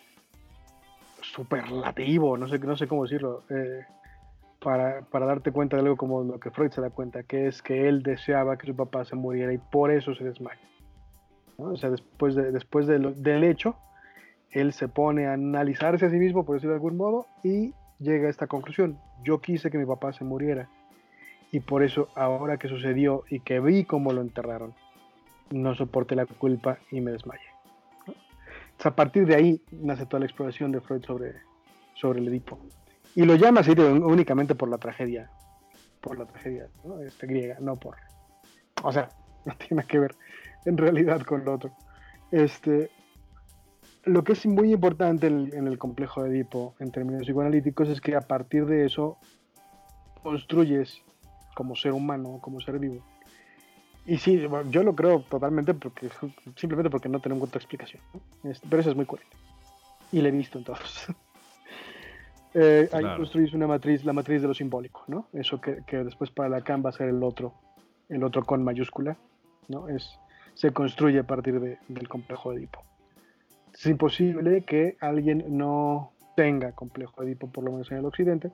superlativo, no sé, no sé cómo decirlo, eh, para, para darte cuenta de algo como lo que Freud se da cuenta, que es que él deseaba que su papá se muriera y por eso se desmaya, ¿no? O sea, después, de, después de lo, del hecho, él se pone a analizarse a sí mismo, por decirlo de algún modo, y llega a esta conclusión: yo quise que mi papá se muriera y por eso ahora que sucedió y que vi cómo lo enterraron, no soporté la culpa y me desmayé, ¿no? O sea, a partir de ahí nace toda la exploración de Freud sobre, sobre el Edipo. Y lo llama así de, únicamente por la tragedia, por la tragedia, ¿no? este, griega, no por... O sea, no tiene que ver en realidad con lo otro. Este, lo que es muy importante en el, en el complejo de Edipo, en términos psicoanalíticos, es que a partir de eso construyes como ser humano, como ser vivo. Y sí, yo lo creo totalmente porque simplemente porque no tenemos otra explicación, ¿no? Este, pero eso es muy coherente. Y lo he visto en todos. eh, claro. Ahí construyes una matriz, la matriz de lo simbólico, ¿no? Eso que, que después para Lacan va a ser el otro, el otro con mayúscula, ¿no? Es, se construye a partir de, del complejo de Edipo. Es imposible que alguien no tenga complejo de Edipo, por lo menos en el occidente.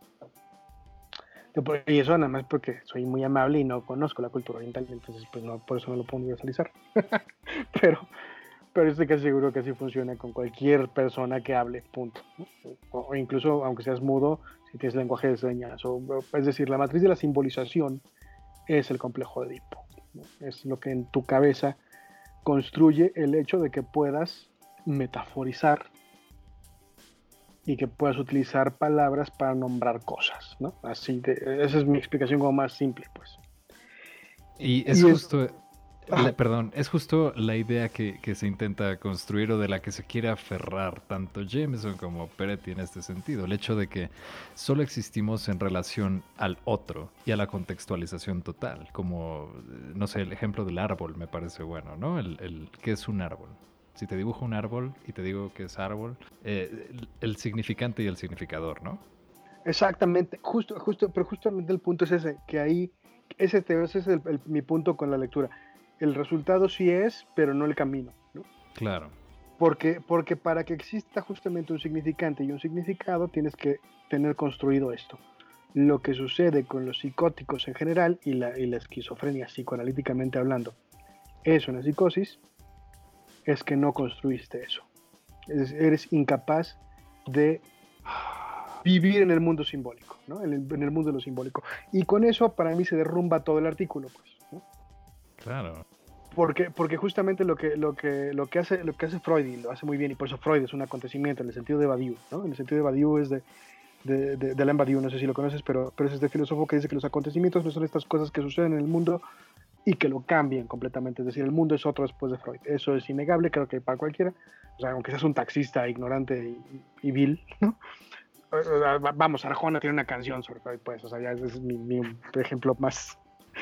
Y eso nada más porque soy muy amable y no conozco la cultura oriental, entonces pues no, por eso no lo puedo universalizar. pero, pero estoy casi seguro que así funciona con cualquier persona que hable, punto, ¿no? o, o incluso aunque seas mudo, si tienes lenguaje de señas, o, es decir, la matriz de la simbolización es el complejo de Edipo, ¿no? Es lo que en tu cabeza construye el hecho de que puedas metaforizar y que puedas utilizar palabras para nombrar cosas, ¿no? Así de, esa es mi explicación como más simple, pues. Y es y justo, es... La, perdón, es justo la idea que, que se intenta construir o de la que se quiere aferrar tanto Jameson como Peretti en este sentido. El hecho de que solo existimos en relación al otro y a la contextualización total. Como, no sé, el ejemplo del árbol me parece bueno, ¿no? El, el ¿qué es un árbol? Si te dibujo un árbol y te digo que es árbol, eh, el, el significante y el significador, ¿no? Exactamente, justo, justo, pero justamente el punto es ese, que ahí, ese, ese es el, el, mi punto con la lectura. El resultado sí es, pero no el camino, ¿no? Claro. Porque, porque para que exista justamente un significante y un significado, tienes que tener construido esto. Lo que sucede con los psicóticos en general y la, y la esquizofrenia psicoanalíticamente hablando es una psicosis, es que no construiste eso. Es, eres incapaz de vivir en el mundo simbólico, ¿no? En el, en el mundo de lo simbólico. Y con eso, para mí, se derrumba todo el artículo, pues, ¿no? Claro. Porque, porque justamente lo que, lo, que, lo, que hace, lo que hace Freud, y lo hace muy bien, y por eso Freud es un acontecimiento en el sentido de Badiou, ¿no? En el sentido de Badiou es de, de, de, de Alain Badiou, no sé si lo conoces, pero, pero es este filósofo que dice que los acontecimientos no son estas cosas que suceden en el mundo y que lo cambian completamente. Es decir, el mundo es otro después de Freud. Eso es innegable, creo que para cualquiera. O sea, aunque seas un taxista ignorante y, y vil, ¿no? Vamos, Arjona tiene una canción sobre Freud, pues, o sea, ya ese es mi, mi ejemplo más...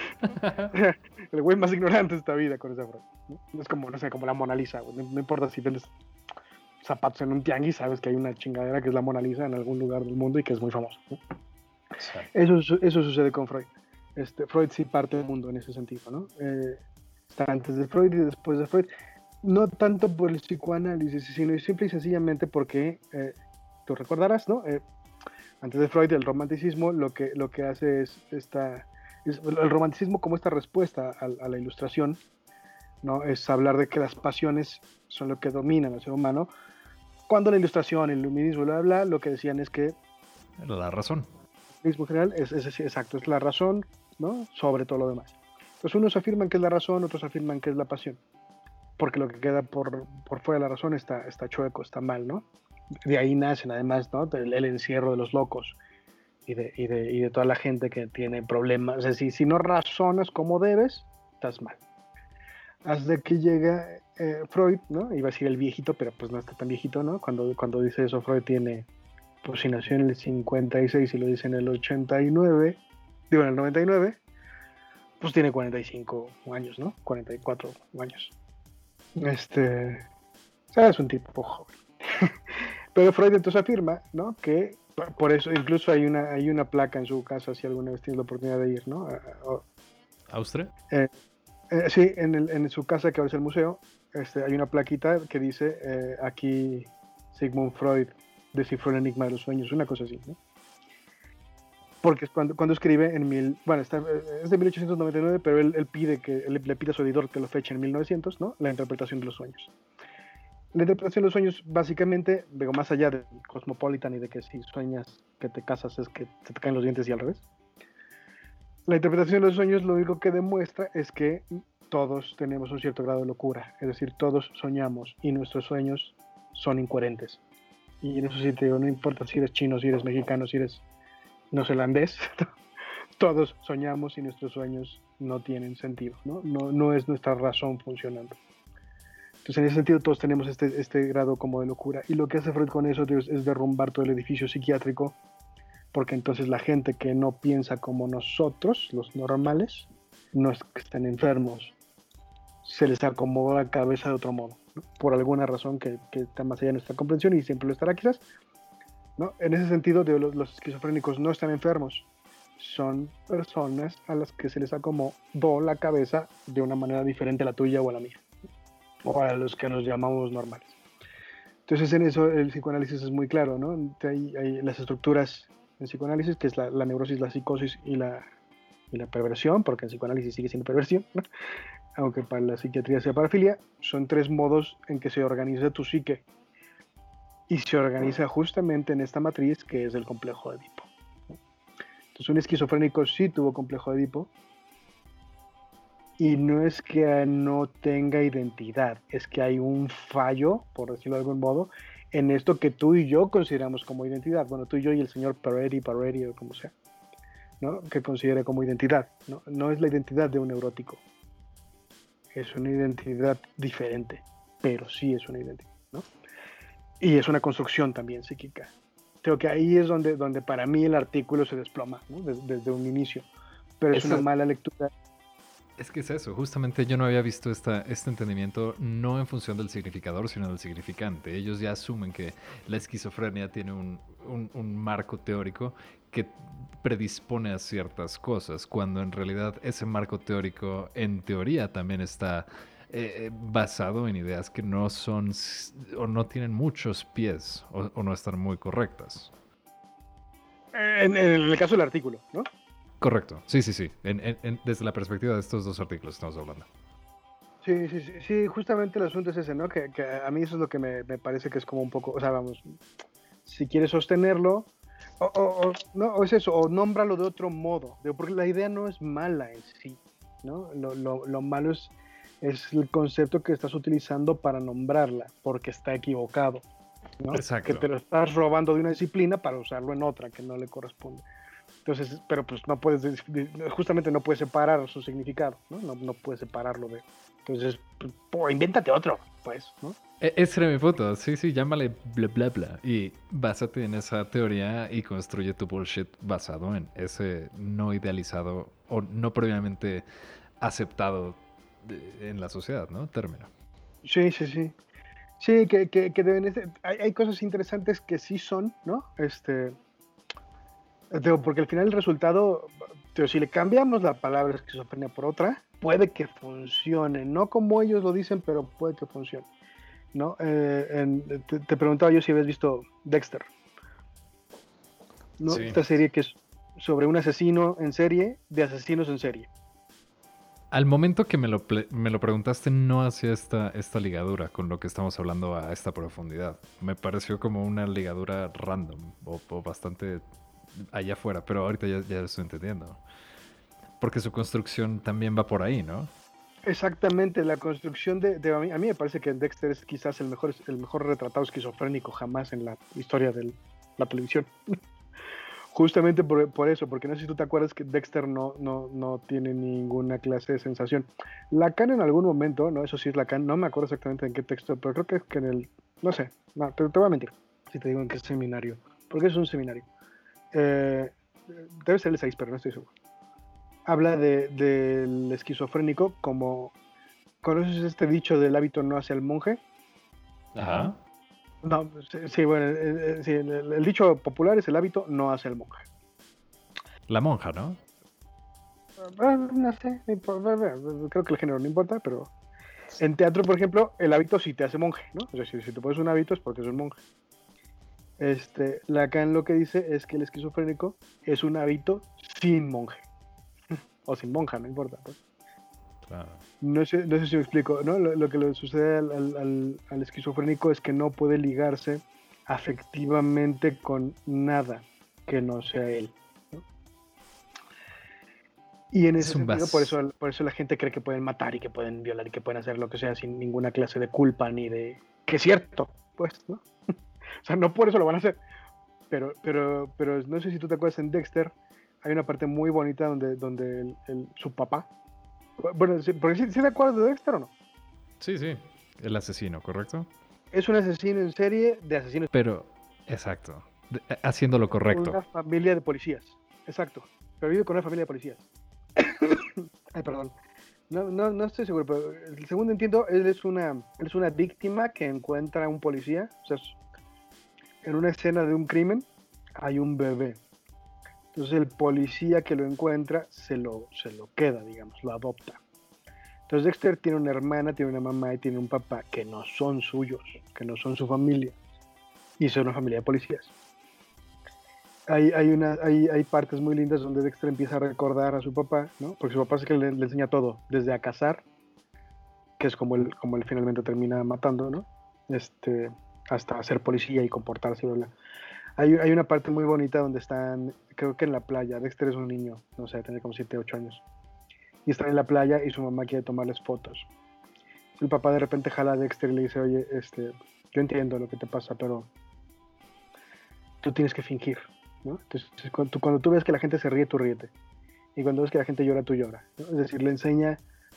el güey más ignorante de esta vida con esa Freud, ¿no? Es como, no sé, como la Mona Lisa, güey. No, no importa si vendes zapatos en un tianguis, sabes que hay una chingadera que es la Mona Lisa en algún lugar del mundo y que es muy famosa, ¿no? Eso, eso sucede con Freud. Este, Freud sí parte del mundo en ese sentido, ¿no? Eh, está antes de Freud y después de Freud. No tanto por el psicoanálisis, sino simple y sencillamente porque... Eh, tú recordarás, ¿no? Eh, antes de Freud, el romanticismo lo que, lo que hace es, esta, es el romanticismo como esta respuesta a, a la ilustración, ¿no? Es hablar de que las pasiones son lo que dominan al ser humano, cuando la ilustración, el iluminismo, bla, bla, bla, lo que decían es que la razón. El iluminismo general es, es, es exacto, es la razón, ¿no? Sobre todo lo demás. Entonces unos afirman que es la razón, otros afirman que es la pasión, porque lo que queda por, por fuera de la razón está, está chueco, está mal, ¿no? De ahí nacen además, ¿no? el, el encierro de los locos y de, y, de, y de toda la gente que tiene problemas. Es decir, si no razonas como debes, estás mal. Hasta que llega eh, Freud, ¿no? Iba a decir el viejito, pero pues no está tan viejito, ¿no? Cuando, cuando dice eso, Freud tiene, pues si nació en el cincuenta y seis y lo dice en el ochenta y nueve, digo en el noventa y nueve, pues tiene cuarenta y cinco años, ¿no? cuarenta y cuatro años. Este, o sea, es un tipo joven. Pero Freud entonces afirma, ¿no? Que por eso incluso hay una hay una placa en su casa si alguna vez tienes la oportunidad de ir, ¿no? ¿Austria? Eh, eh, sí, en, el, en su casa que ahora es el museo, este, hay una plaquita que dice eh, aquí Sigmund Freud descifró el enigma de los sueños, una cosa así, ¿no? Porque es cuando, cuando escribe en mil, bueno, está, es de mil ochocientos noventa y nueve, pero él, él pide que él le pide a su editor que lo feche en mil novecientos, ¿no? La interpretación de los sueños. La interpretación de los sueños, básicamente, digo, más allá del Cosmopolitan y de que si sueñas que te casas es que se te caen los dientes y al revés. La interpretación de los sueños lo único que demuestra es que todos tenemos un cierto grado de locura. Es decir, todos soñamos y nuestros sueños son incoherentes. Y en eso sí te digo, no importa si eres chino, si eres mexicano, si eres neozelandés, todos soñamos y nuestros sueños no tienen sentido, ¿no? No, no es nuestra razón funcionando. Entonces, en ese sentido, todos tenemos este, este grado como de locura. Y lo que hace Freud con eso es, es derrumbar todo el edificio psiquiátrico, porque entonces la gente que no piensa como nosotros, los normales, no es que estén enfermos, se les acomoda la cabeza de otro modo, ¿no? Por alguna razón que, que está más allá de nuestra comprensión y siempre lo estará quizás, ¿no? En ese sentido, de los, los esquizofrénicos no están enfermos, son personas a las que se les acomodó la cabeza de una manera diferente a la tuya o a la mía, o a los que nos llamamos normales. Entonces en eso el psicoanálisis es muy claro, ¿no? Hay, hay las estructuras en psicoanálisis, que es la, la neurosis, la psicosis y la, y la perversión, porque en psicoanálisis sigue siendo perversión, ¿no? Aunque para la psiquiatría sea parafilia, son tres modos en que se organiza tu psique. Y se organiza justamente en esta matriz que es el complejo de Edipo. Entonces un esquizofrénico sí tuvo complejo de Edipo, y no es que no tenga identidad, es que hay un fallo, por decirlo de algún modo, en esto que tú y yo consideramos como identidad. Bueno, tú y yo y el señor Peretti, Peretti o como sea, ¿no? Que considere como identidad, ¿no? No es la identidad de un neurótico, es una identidad diferente, pero sí es una identidad, ¿no? Y es una construcción también psíquica. Creo que ahí es donde, donde para mí el artículo se desploma, ¿no? Desde, desde un inicio, pero es Eso... una mala lectura. Es que es eso, justamente yo no había visto esta, este entendimiento no en función del significador, sino del significante. Ellos ya asumen que la esquizofrenia tiene un, un, un marco teórico que predispone a ciertas cosas, cuando en realidad ese marco teórico en teoría también está eh, basado en ideas que no son o no tienen muchos pies o, o no están muy correctas. En, en el caso del artículo, ¿no? Correcto, sí, sí, sí. En, en, en, desde la perspectiva de estos dos artículos estamos hablando. Sí, sí, sí, sí, justamente el asunto es ese, ¿no? Que, que a mí eso es lo que me, me parece que es como un poco, o sea, vamos, si quieres sostenerlo, O, o, o, no, o es eso, o nómbralo de otro modo, digo, porque la idea no es mala en sí, ¿no? Lo, lo, lo malo es, es el concepto que estás utilizando para nombrarla, porque está equivocado, ¿no? Exacto. Que te lo estás robando de una disciplina para usarlo en otra que no le corresponde. Entonces, pero pues no puedes, justamente no puedes separar su significado, ¿no? No, no puedes separarlo de... Entonces, pues, invéntate otro, pues, ¿no? Ese era mi punto. Sí, sí, llámale bla bla bla. Y básate en esa teoría y construye tu bullshit basado en ese no idealizado o no previamente aceptado en la sociedad, ¿no? Término. Sí, sí, sí. Sí, que, que, que deben... Este, hay, hay cosas interesantes que sí son, ¿no? Este... Digo, porque al final el resultado, digo, si le cambiamos la palabra esquizofrenia por otra, puede que funcione, no como ellos lo dicen, pero puede que funcione, ¿no? Eh, en, te, te preguntaba yo si habías visto Dexter, ¿no? Sí. Esta serie que es sobre un asesino en serie de asesinos en serie. Al momento que me lo, me lo preguntaste, no hacía esta, esta ligadura con lo que estamos hablando a esta profundidad. Me pareció como una ligadura random o, o bastante allá afuera, pero ahorita ya, ya lo estoy entendiendo. Porque su construcción también va por ahí, ¿no? Exactamente, la construcción de, de a, mí, a mí me parece que Dexter es quizás el mejor, el mejor retratado esquizofrénico jamás en la historia de la televisión. Justamente por, por eso, porque no sé si tú te acuerdas que Dexter no, no, no tiene ninguna clase de sensación. Lacan en algún momento, no, eso sí es Lacan, no me acuerdo exactamente en qué texto, pero creo que es que en el, no sé, no, te, te voy a mentir si te digo en qué seminario, porque es un seminario. Eh, debe ser el seis, pero no estoy seguro. Habla de, del esquizofrénico como, ¿conoces este dicho del hábito no hace al monje? Ajá. No, sí, sí bueno, eh, sí, el, el dicho popular es el hábito no hace al monje. La monja, ¿no? Ah, no sé, creo que el género no importa, pero en teatro, por ejemplo, el hábito sí te hace monje, ¿no? O sea, si, si te pones un hábito es porque es un monje. Este, Lacan lo que dice es que el esquizofrénico es un hábito sin monje. O sin monja, no importa. Pues. Claro. No sé, no sé si me explico, ¿no? Lo, lo que le sucede al, al, al esquizofrénico es que no puede ligarse afectivamente con nada que no sea él, ¿no? Y en ese sentido, por eso, por eso la gente cree que pueden matar y que pueden violar y que pueden hacer lo que sea sin ninguna clase de culpa ni de... Que es cierto, pues, ¿no? O sea, no por eso lo van a hacer. Pero, pero, pero no sé si tú te acuerdas en Dexter, hay una parte muy bonita donde, donde el, el, su papá... Bueno, ¿sí, porque sí, ¿sí te acuerdas de Dexter o no? Sí, sí. El asesino, ¿correcto? Es un asesino en serie de asesinos. Pero, exacto. De, haciendo lo correcto. Una familia de policías. Exacto. Pero vive con una familia de policías. Ay, perdón. No, no, no estoy seguro, pero el segundo entiendo, él es una, él es una víctima que encuentra a un policía. O sea, en una escena de un crimen hay un bebé. Entonces el policía que lo encuentra se lo, se lo queda, digamos, lo adopta. Entonces Dexter tiene una hermana, tiene una mamá y tiene un papá que no son suyos, que no son su familia. Y son una familia de policías. Hay, hay, una, hay, hay partes muy lindas donde Dexter empieza a recordar a su papá, ¿no? Porque su papá es el que le, le enseña todo, desde a cazar, que es como él, como él finalmente termina matando, ¿no? Este, hasta ser policía y comportarse, ¿verdad? Hay, hay una parte muy bonita donde están, creo que en la playa. Dexter es un niño, no sé, tiene como siete, ocho años. Y están en la playa y su mamá quiere tomarles fotos. El papá de repente jala a Dexter y le dice, oye, este, yo entiendo lo que te pasa, pero tú tienes que fingir, ¿no? Entonces, cuando tú, cuando tú ves que la gente se ríe, tú ríete. Y cuando ves que la gente llora, tú llora, ¿no? Es decir, le enseña...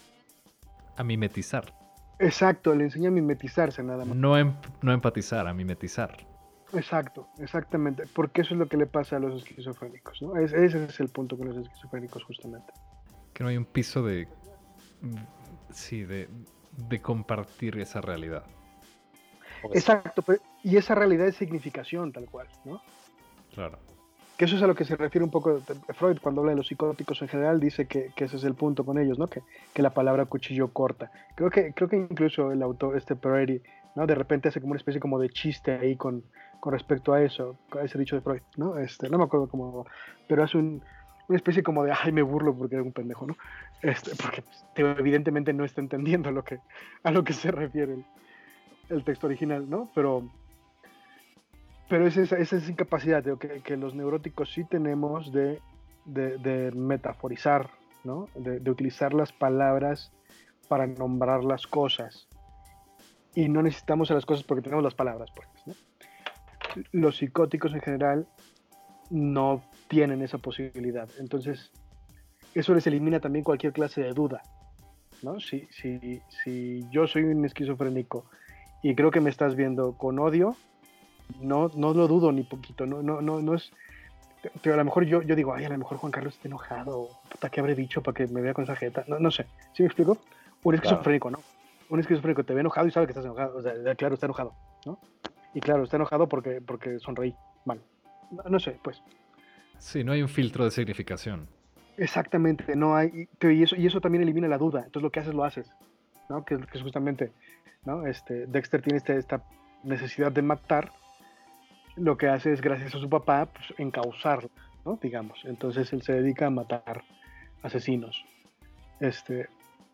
A mimetizar. Exacto, le enseña a mimetizarse nada más. No, em, no empatizar, a mimetizar. Exacto, exactamente, porque eso es lo que le pasa a los esquizofrénicos, ¿no? Es, ese es el punto con los esquizofrénicos, justamente. Que no hay un piso de... Sí, de, de compartir esa realidad. Exacto, pero, y esa realidad es significación, tal cual, ¿no? Claro. Que eso es a lo que se refiere un poco Freud cuando habla de los psicóticos en general, dice que, que ese es el punto con ellos, ¿no? Que, que la palabra cuchillo corta. Creo que, creo que incluso el autor, este Peretti, ¿no? De repente hace como una especie como de chiste ahí con, con respecto a eso, a ese dicho de Freud, ¿no? Este, no me acuerdo cómo, pero hace un, una especie como de, ay, me burlo porque era un pendejo, ¿no? Este, porque pues, evidentemente no está entendiendo lo que, a lo que se refiere el, el texto original, ¿no? Pero, pero es esa, esa es incapacidad digo, que, que los neuróticos sí tenemos de, de, de metaforizar, ¿no? De, de utilizar las palabras para nombrar las cosas. Y no necesitamos a las cosas porque tenemos las palabras, pues, ¿no? Los psicóticos en general no tienen esa posibilidad. Entonces, eso les elimina también cualquier clase de duda, ¿no? Si, si, si yo soy un esquizofrénico y creo que me estás viendo con odio, no, no lo dudo ni poquito. No, no, no, no es. Pero a lo mejor yo, yo digo, ay, a lo mejor Juan Carlos está enojado. Puta, ¿qué habré dicho para que me vea con esa jeta? No, no sé. ¿Sí me explico? Un esquizofrénico, ¿no? Un esquizofrénico te ve enojado y sabe que estás enojado. O sea, claro, está enojado, ¿no? Y claro, está enojado porque, porque sonreí. Bueno, no, no sé, pues. Sí, no hay un filtro de significación. Exactamente, no hay. Y eso, y eso también elimina la duda. Entonces lo que haces, lo haces, ¿no? Que, que es justamente, ¿no? Este, Dexter tiene este, esta necesidad de matar. Lo que hace es, gracias a su papá, pues, encauzarlo, ¿no? Digamos. Entonces él se dedica a matar asesinos. Este,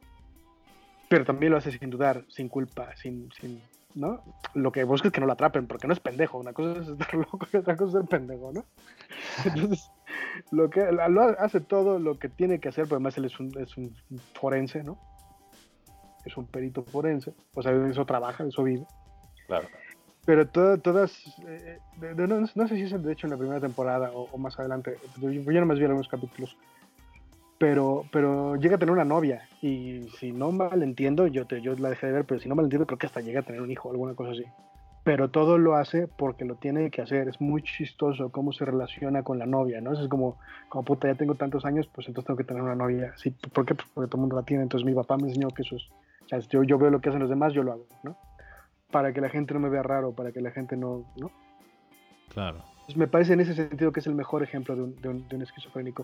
pero también lo hace sin dudar, sin culpa, sin, sin, ¿no? Lo que busca es que no lo atrapen, porque no es pendejo. Una cosa es estar loco y otra cosa es ser pendejo, ¿no? Entonces, lo que lo hace todo lo que tiene que hacer, porque además él es un, es un forense, ¿no? Es un perito forense, o sea, de eso trabaja, de eso vive. Claro. Pero todo, todas, eh, de, de, no, no sé si es de hecho en la primera temporada o, o más adelante, yo, yo nomás vi algunos capítulos, pero, pero llega a tener una novia, y si no mal entiendo, yo, te, yo la dejé de ver, pero si no mal entiendo, creo que hasta llega a tener un hijo o alguna cosa así. Pero todo lo hace porque lo tiene que hacer. Es muy chistoso cómo se relaciona con la novia, ¿no? Es como, como puta, ya tengo tantos años, pues entonces tengo que tener una novia. Sí, ¿por qué? Pues porque todo el mundo la tiene. Entonces mi papá me enseñó que eso es, o sea, yo, yo veo lo que hacen los demás, yo lo hago, ¿no? Para que la gente no me vea raro, para que la gente no, ¿no? Claro. Entonces me parece en ese sentido que es el mejor ejemplo de un, de un, de un esquizofrénico.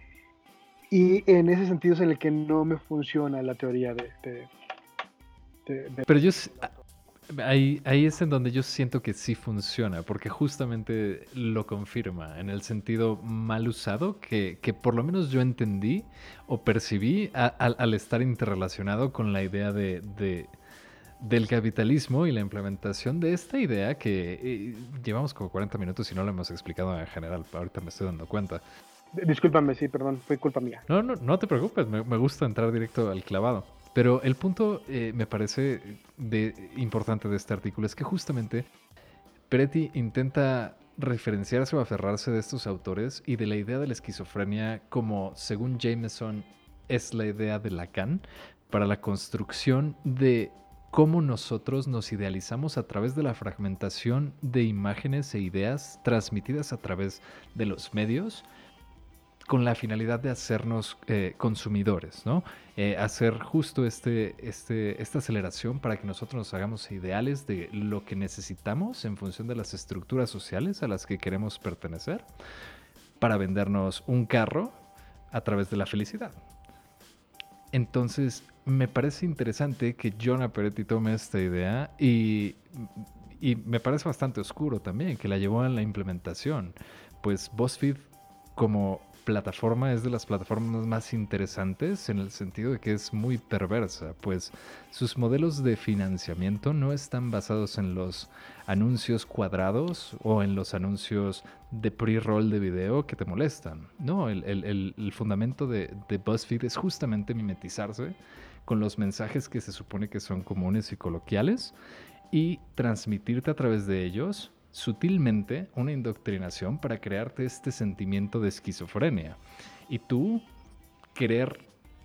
Y en ese sentido es en el que no me funciona la teoría de... de, de, de Pero yo... Ahí, ahí es en donde yo siento que sí funciona, porque justamente lo confirma, en el sentido mal usado, que, que por lo menos yo entendí o percibí a, a, al estar interrelacionado con la idea de, de, del capitalismo y la implementación de esta idea que eh, llevamos como cuarenta minutos y no lo hemos explicado en general, ahorita me estoy dando cuenta. Discúlpame, sí, perdón, fue culpa mía. No, no, no te preocupes, me, me gusta entrar directo al clavado. Pero el punto eh, me parece de, importante de este artículo es que justamente Peretti intenta referenciarse o aferrarse de estos autores y de la idea de la esquizofrenia como, según Jameson, es la idea de Lacan para la construcción de cómo nosotros nos idealizamos a través de la fragmentación de imágenes e ideas transmitidas a través de los medios, con la finalidad de hacernos eh, consumidores, ¿no? Eh, hacer justo este, este, esta aceleración para que nosotros nos hagamos ideales de lo que necesitamos en función de las estructuras sociales a las que queremos pertenecer, para vendernos un carro a través de la felicidad. Entonces, me parece interesante que Jonah Peretti tome esta idea y, y me parece bastante oscuro también, que la llevó a la implementación. Pues BuzzFeed, como plataforma, es de las plataformas más interesantes en el sentido de que es muy perversa, pues sus modelos de financiamiento no están basados en los anuncios cuadrados o en los anuncios de pre-roll de video que te molestan. No, el, el, el, el fundamento de, de BuzzFeed es justamente mimetizarse con los mensajes que se supone que son comunes y coloquiales y transmitirte a través de ellos sutilmente una indoctrinación para crearte este sentimiento de esquizofrenia y tú querer,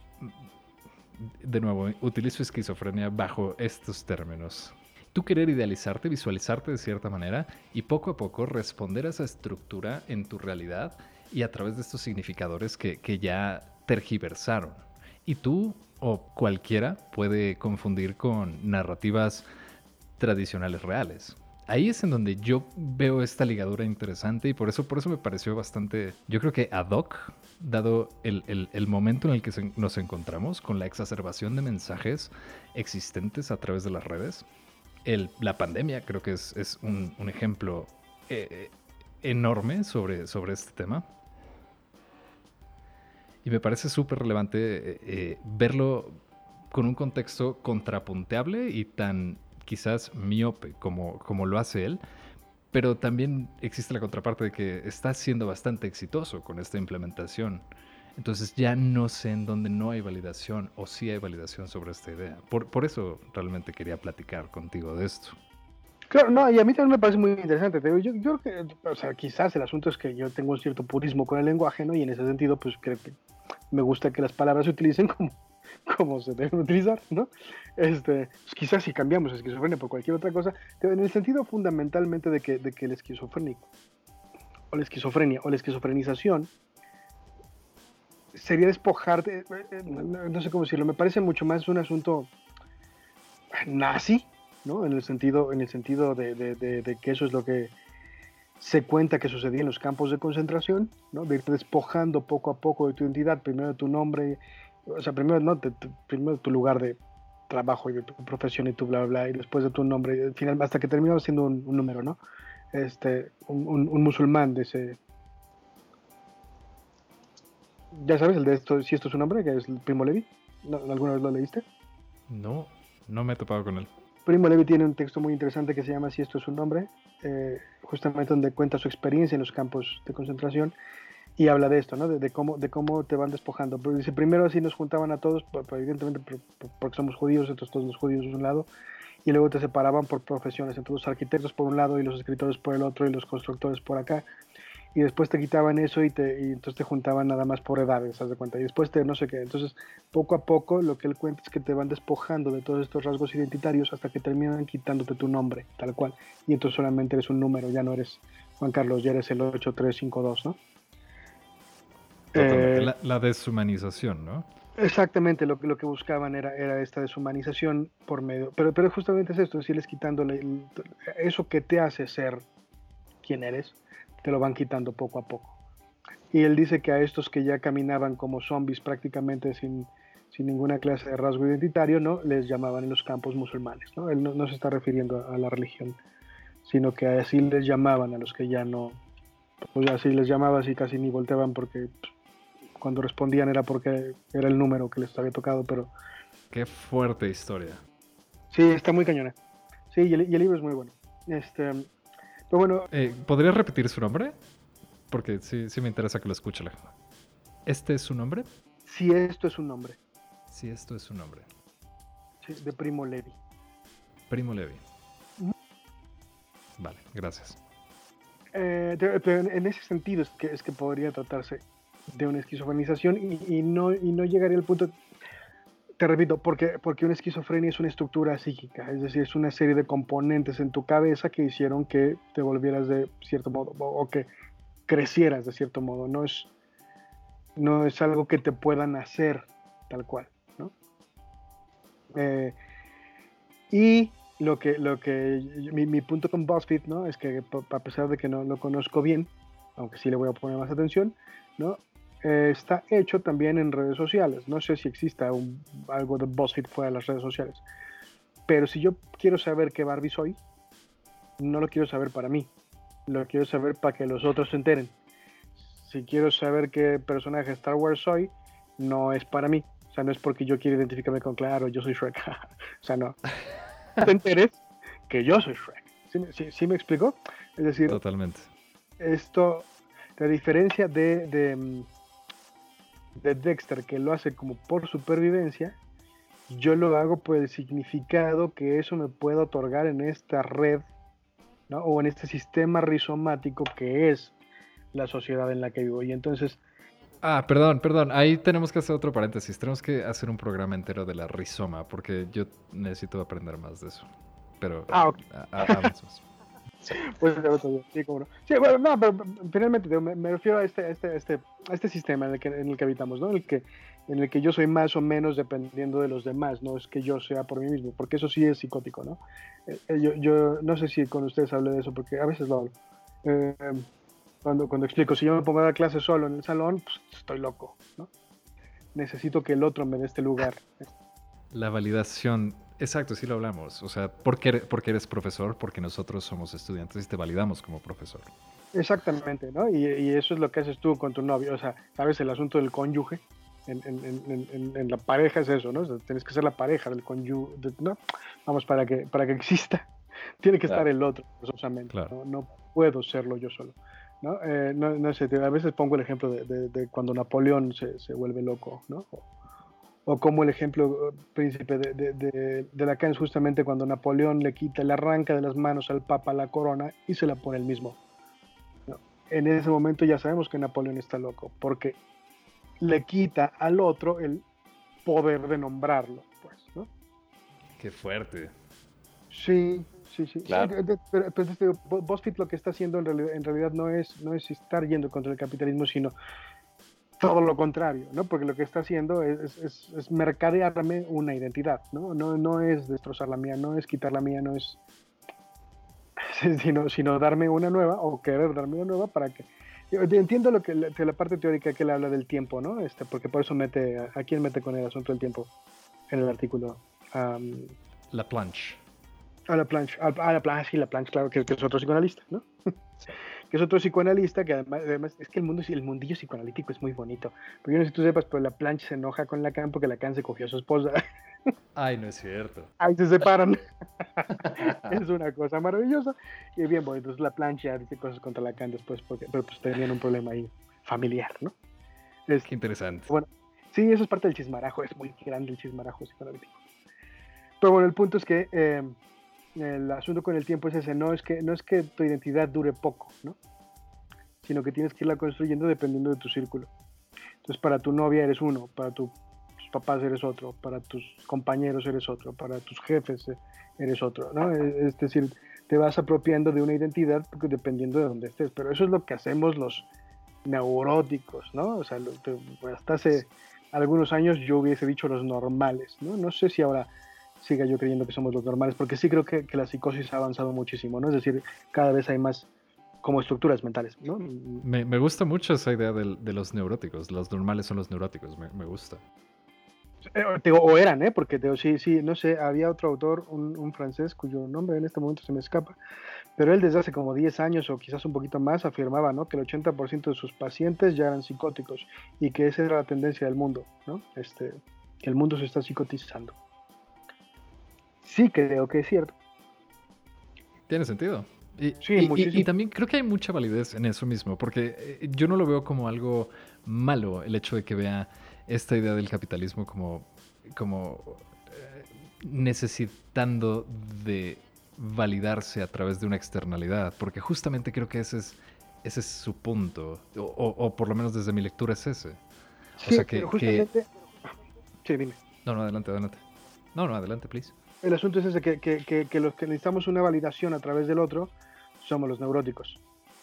de nuevo, utilizo esquizofrenia bajo estos términos, tú querer idealizarte, visualizarte de cierta manera y poco a poco responder a esa estructura en tu realidad y a través de estos significadores que, que ya tergiversaron, y tú o cualquiera puede confundir con narrativas tradicionales reales. Ahí es en donde yo veo esta ligadura interesante y por eso, por eso me pareció bastante, yo creo que ad hoc, dado el, el, el momento en el que se, nos encontramos con la exacerbación de mensajes existentes a través de las redes. El, la pandemia creo que es, es un, un ejemplo eh, enorme sobre, sobre este tema. Y me parece súper relevante eh, eh, verlo con un contexto contrapunteable y tan quizás miope como, como lo hace él, pero también existe la contraparte de que estás siendo bastante exitoso con esta implementación. Entonces ya no sé en dónde no hay validación o sí hay validación sobre esta idea. Por, por eso realmente quería platicar contigo de esto. Claro, no, y a mí también me parece muy interesante. Te digo, yo, yo creo que, o sea, quizás el asunto es que yo tengo un cierto purismo con el lenguaje, ¿no? Y en ese sentido, pues creo que me gusta que las palabras se utilicen como, como se deben utilizar, ¿no? Este, pues quizás si cambiamos esquizofrenia por cualquier otra cosa, en el sentido fundamentalmente de que, de que el esquizofrénico, o la esquizofrenia, o la esquizofrenización, sería despojarte, no, no sé cómo decirlo, me parece mucho más un asunto nazi, ¿no? En el sentido, en el sentido de, de, de, de que eso es lo que se cuenta que sucedía en los campos de concentración, ¿no? De irte despojando poco a poco de tu identidad, primero de tu nombre, o sea, primero, ¿no? de, de, primero de tu lugar de trabajo y de tu profesión y tu bla, bla, bla, y después de tu nombre, y al final, hasta que terminaba siendo un, un número, ¿no? Este, un, un, un musulmán de ese... Ya sabes, el de esto, si esto es un nombre, que es el Primo Levi. ¿No, ¿Alguna vez lo leíste? No, no me he topado con él. Primo Levi tiene un texto muy interesante que se llama Si esto es un nombre, eh, justamente donde cuenta su experiencia en los campos de concentración y habla de esto, ¿no? De, de, cómo, de cómo te van despojando. Pero dice, primero así nos juntaban a todos, por, por, evidentemente por, por, porque somos judíos, entonces todos los judíos de un lado, y luego te separaban por profesiones, entonces los arquitectos por un lado y los escritores por el otro y los constructores por acá. Y después te quitaban eso y, te, y entonces te juntaban nada más por edades, ¿haz de cuenta? Y después te no sé qué. Entonces, poco a poco, lo que él cuenta es que te van despojando de todos estos rasgos identitarios hasta que terminan quitándote tu nombre, tal cual. Y entonces solamente eres un número, ya no eres Juan Carlos, ya eres el ocho tres cinco dos, ¿no? Eh, la, la deshumanización, ¿no? Exactamente, lo, lo que buscaban era, era esta deshumanización por medio... Pero, pero justamente es esto, es irles quitándole el, eso que te hace ser quien eres, te lo van quitando poco a poco. Y él dice que a estos que ya caminaban como zombies prácticamente sin, sin ninguna clase de rasgo identitario, ¿no? Les llamaban en los campos musulmanes, ¿no? Él no, no se está refiriendo a, a la religión, sino que así les llamaban a los que ya no, pues así les llamaba, así casi ni volteaban porque pues, cuando respondían era porque era el número que les había tocado, pero... Qué fuerte historia. Sí, está muy cañona. Sí, y el, y el libro es muy bueno. Este... Pero bueno, eh, ¿podrías repetir su nombre? Porque sí, sí me interesa que lo escuche la gente. ¿Este es su nombre? Si esto es un nombre. Si esto es su nombre. Sí, de Primo Levi. Primo Levi. Uh-huh. Vale, gracias. Eh, pero en ese sentido es que, es que podría tratarse de una esquizofrenización y, y, no, y no llegaría al punto... Te repito, porque, porque una esquizofrenia es una estructura psíquica, es decir, es una serie de componentes en tu cabeza que hicieron que te volvieras de cierto modo o, o que crecieras de cierto modo, no es, no es algo que te puedan hacer tal cual, ¿no? Eh, y lo que, lo que mi, mi punto con BuzzFeed, ¿no? Es que a pesar de que no lo conozco bien, aunque sí le voy a poner más atención, ¿no? Eh, está hecho también en redes sociales. No sé si exista un, algo de BuzzFeed fuera de las redes sociales. Pero si yo quiero saber qué Barbie soy, no lo quiero saber para mí. Lo quiero saber para que los otros se enteren. Si quiero saber qué personaje Star Wars soy, no es para mí. O sea, no es porque yo quiero identificarme con, claro, yo soy Shrek. O sea, no. Te enteres que yo soy Shrek. ¿Sí, sí, sí me explico? Es decir, totalmente. Esto, la diferencia de... de de Dexter, que lo hace como por supervivencia, yo lo hago por el significado que eso me puede otorgar en esta red, ¿no? O en este sistema rizomático que es la sociedad en la que vivo. Y entonces... Ah, perdón, perdón, ahí tenemos que hacer otro paréntesis, tenemos que hacer un programa entero de la rizoma, porque yo necesito aprender más de eso, pero... Ah, ok. Avanzamos. Pues sí, cómo no. Sí, bueno, no, pero finalmente me, me refiero a este, este, este, a este sistema en el que, en el que habitamos, ¿no? En el que, en el que yo soy más o menos dependiendo de los demás, no es que yo sea por mí mismo, porque eso sí es psicótico, ¿no? Eh, yo, yo no sé si con ustedes hablé de eso, porque a veces lo hablo. Eh, cuando, cuando explico, si yo me pongo a dar clases solo en el salón, pues estoy loco, ¿no? Necesito que el otro me dé este lugar. La validación, exacto, sí lo hablamos. O sea, porque, porque eres profesor, porque nosotros somos estudiantes y te validamos como profesor. Exactamente, ¿no? Y, y eso es lo que haces tú con tu novio. O sea, ¿sabes? El asunto del cónyuge en, en, en, en, en la pareja es eso, ¿no? O sea, tienes que ser la pareja del cónyuge, ¿no? Vamos, para que, para que exista Tiene que Claro. estar el otro, forzosamente. Claro. ¿no? No puedo serlo yo solo. ¿no? Eh, no, no sé, a veces pongo el ejemplo de, de, de cuando Napoleón se, se vuelve loco, ¿no? O, o como el ejemplo eh, príncipe de, de, de, de Lacan es justamente cuando Napoleón le quita, le arranca de las manos al Papa la corona y se la pone él mismo. ¿no? En ese momento ya sabemos que Napoleón está loco, porque le quita al otro el poder de nombrarlo, pues, ¿no? Qué fuerte. Sí, sí, sí. Claro. Sí, pero, pero, pero BuzzFeed lo que está haciendo en realidad, en realidad no es no es estar yendo contra el capitalismo, sino todo lo contrario, ¿no? Porque lo que está haciendo es, es, es mercadearme una identidad, ¿no? No, no es destrozar la mía, no es quitar la mía, no es sino, sino darme una nueva o querer darme una nueva para que yo entiendo lo que de la parte teórica que él habla del tiempo, ¿no? Este, porque por eso mete a, a quién mete con el asunto del tiempo en el artículo. Um, La planche. A la planche, a, a la planche, sí, la planche, claro, que, que es otro psicoanalista, ¿no? que es otro psicoanalista que además, además es que el mundo, el mundillo psicoanalítico es muy bonito. Porque yo no sé si tú sepas, pero la planche se enoja con Lacan porque Lacan se cogió a su esposa. Ay, no es cierto. Ahí se separan. es una cosa maravillosa y bien bonito. Entonces la plancha dice cosas contra Lacan después, porque, pero pues tenían un problema ahí familiar, ¿no? Es, Qué interesante. bueno, sí, eso es parte del chismarajo, es muy grande el chismarajo psicoanalítico. Pero bueno, el punto es que eh, el asunto con el tiempo es ese, no es que no es que tu identidad dure poco, ¿no? Sino que tienes que irla construyendo dependiendo de tu círculo. Entonces, para tu novia eres uno, para tu, tus papás eres otro, para tus compañeros eres otro, para tus jefes eres otro, ¿no? Es decir, te vas apropiando de una identidad dependiendo de dónde estés, pero eso es lo que hacemos los neuróticos, ¿no? O sea, lo, te, hasta hace algunos años yo hubiese dicho los normales, ¿no? No sé si ahora siga yo creyendo que somos los normales, porque sí creo que, que la psicosis ha avanzado muchísimo, ¿no? Es decir, cada vez hay más como estructuras mentales, ¿no? Me, me gusta mucho esa idea de, de los neuróticos. Los normales son los neuróticos, me, me gusta. Eh, digo, o eran, ¿eh? Porque digo, sí, sí, no sé, había otro autor, un, un francés, cuyo nombre en este momento se me escapa, pero él desde hace como diez años o quizás un poquito más afirmaba, ¿no? Que el ochenta por ciento de sus pacientes ya eran psicóticos y que esa era la tendencia del mundo, ¿no? Este, que el mundo se está psicotizando. Sí creo que es cierto. Tiene sentido. Y, sí, y, muchísimo. y, y también creo que hay mucha validez en eso mismo, porque eh, yo no lo veo como algo malo el hecho de que vea esta idea del capitalismo como, como eh, necesitando de validarse a través de una externalidad, porque justamente creo que ese es, ese es su punto, o, o, o por lo menos desde mi lectura es ese. O sí, sea que, pero justamente... que... Sí, dime. No, no, adelante, adelante. No, no, adelante, please. El asunto es ese, que, que, que, que los que necesitamos una validación a través del otro somos los neuróticos,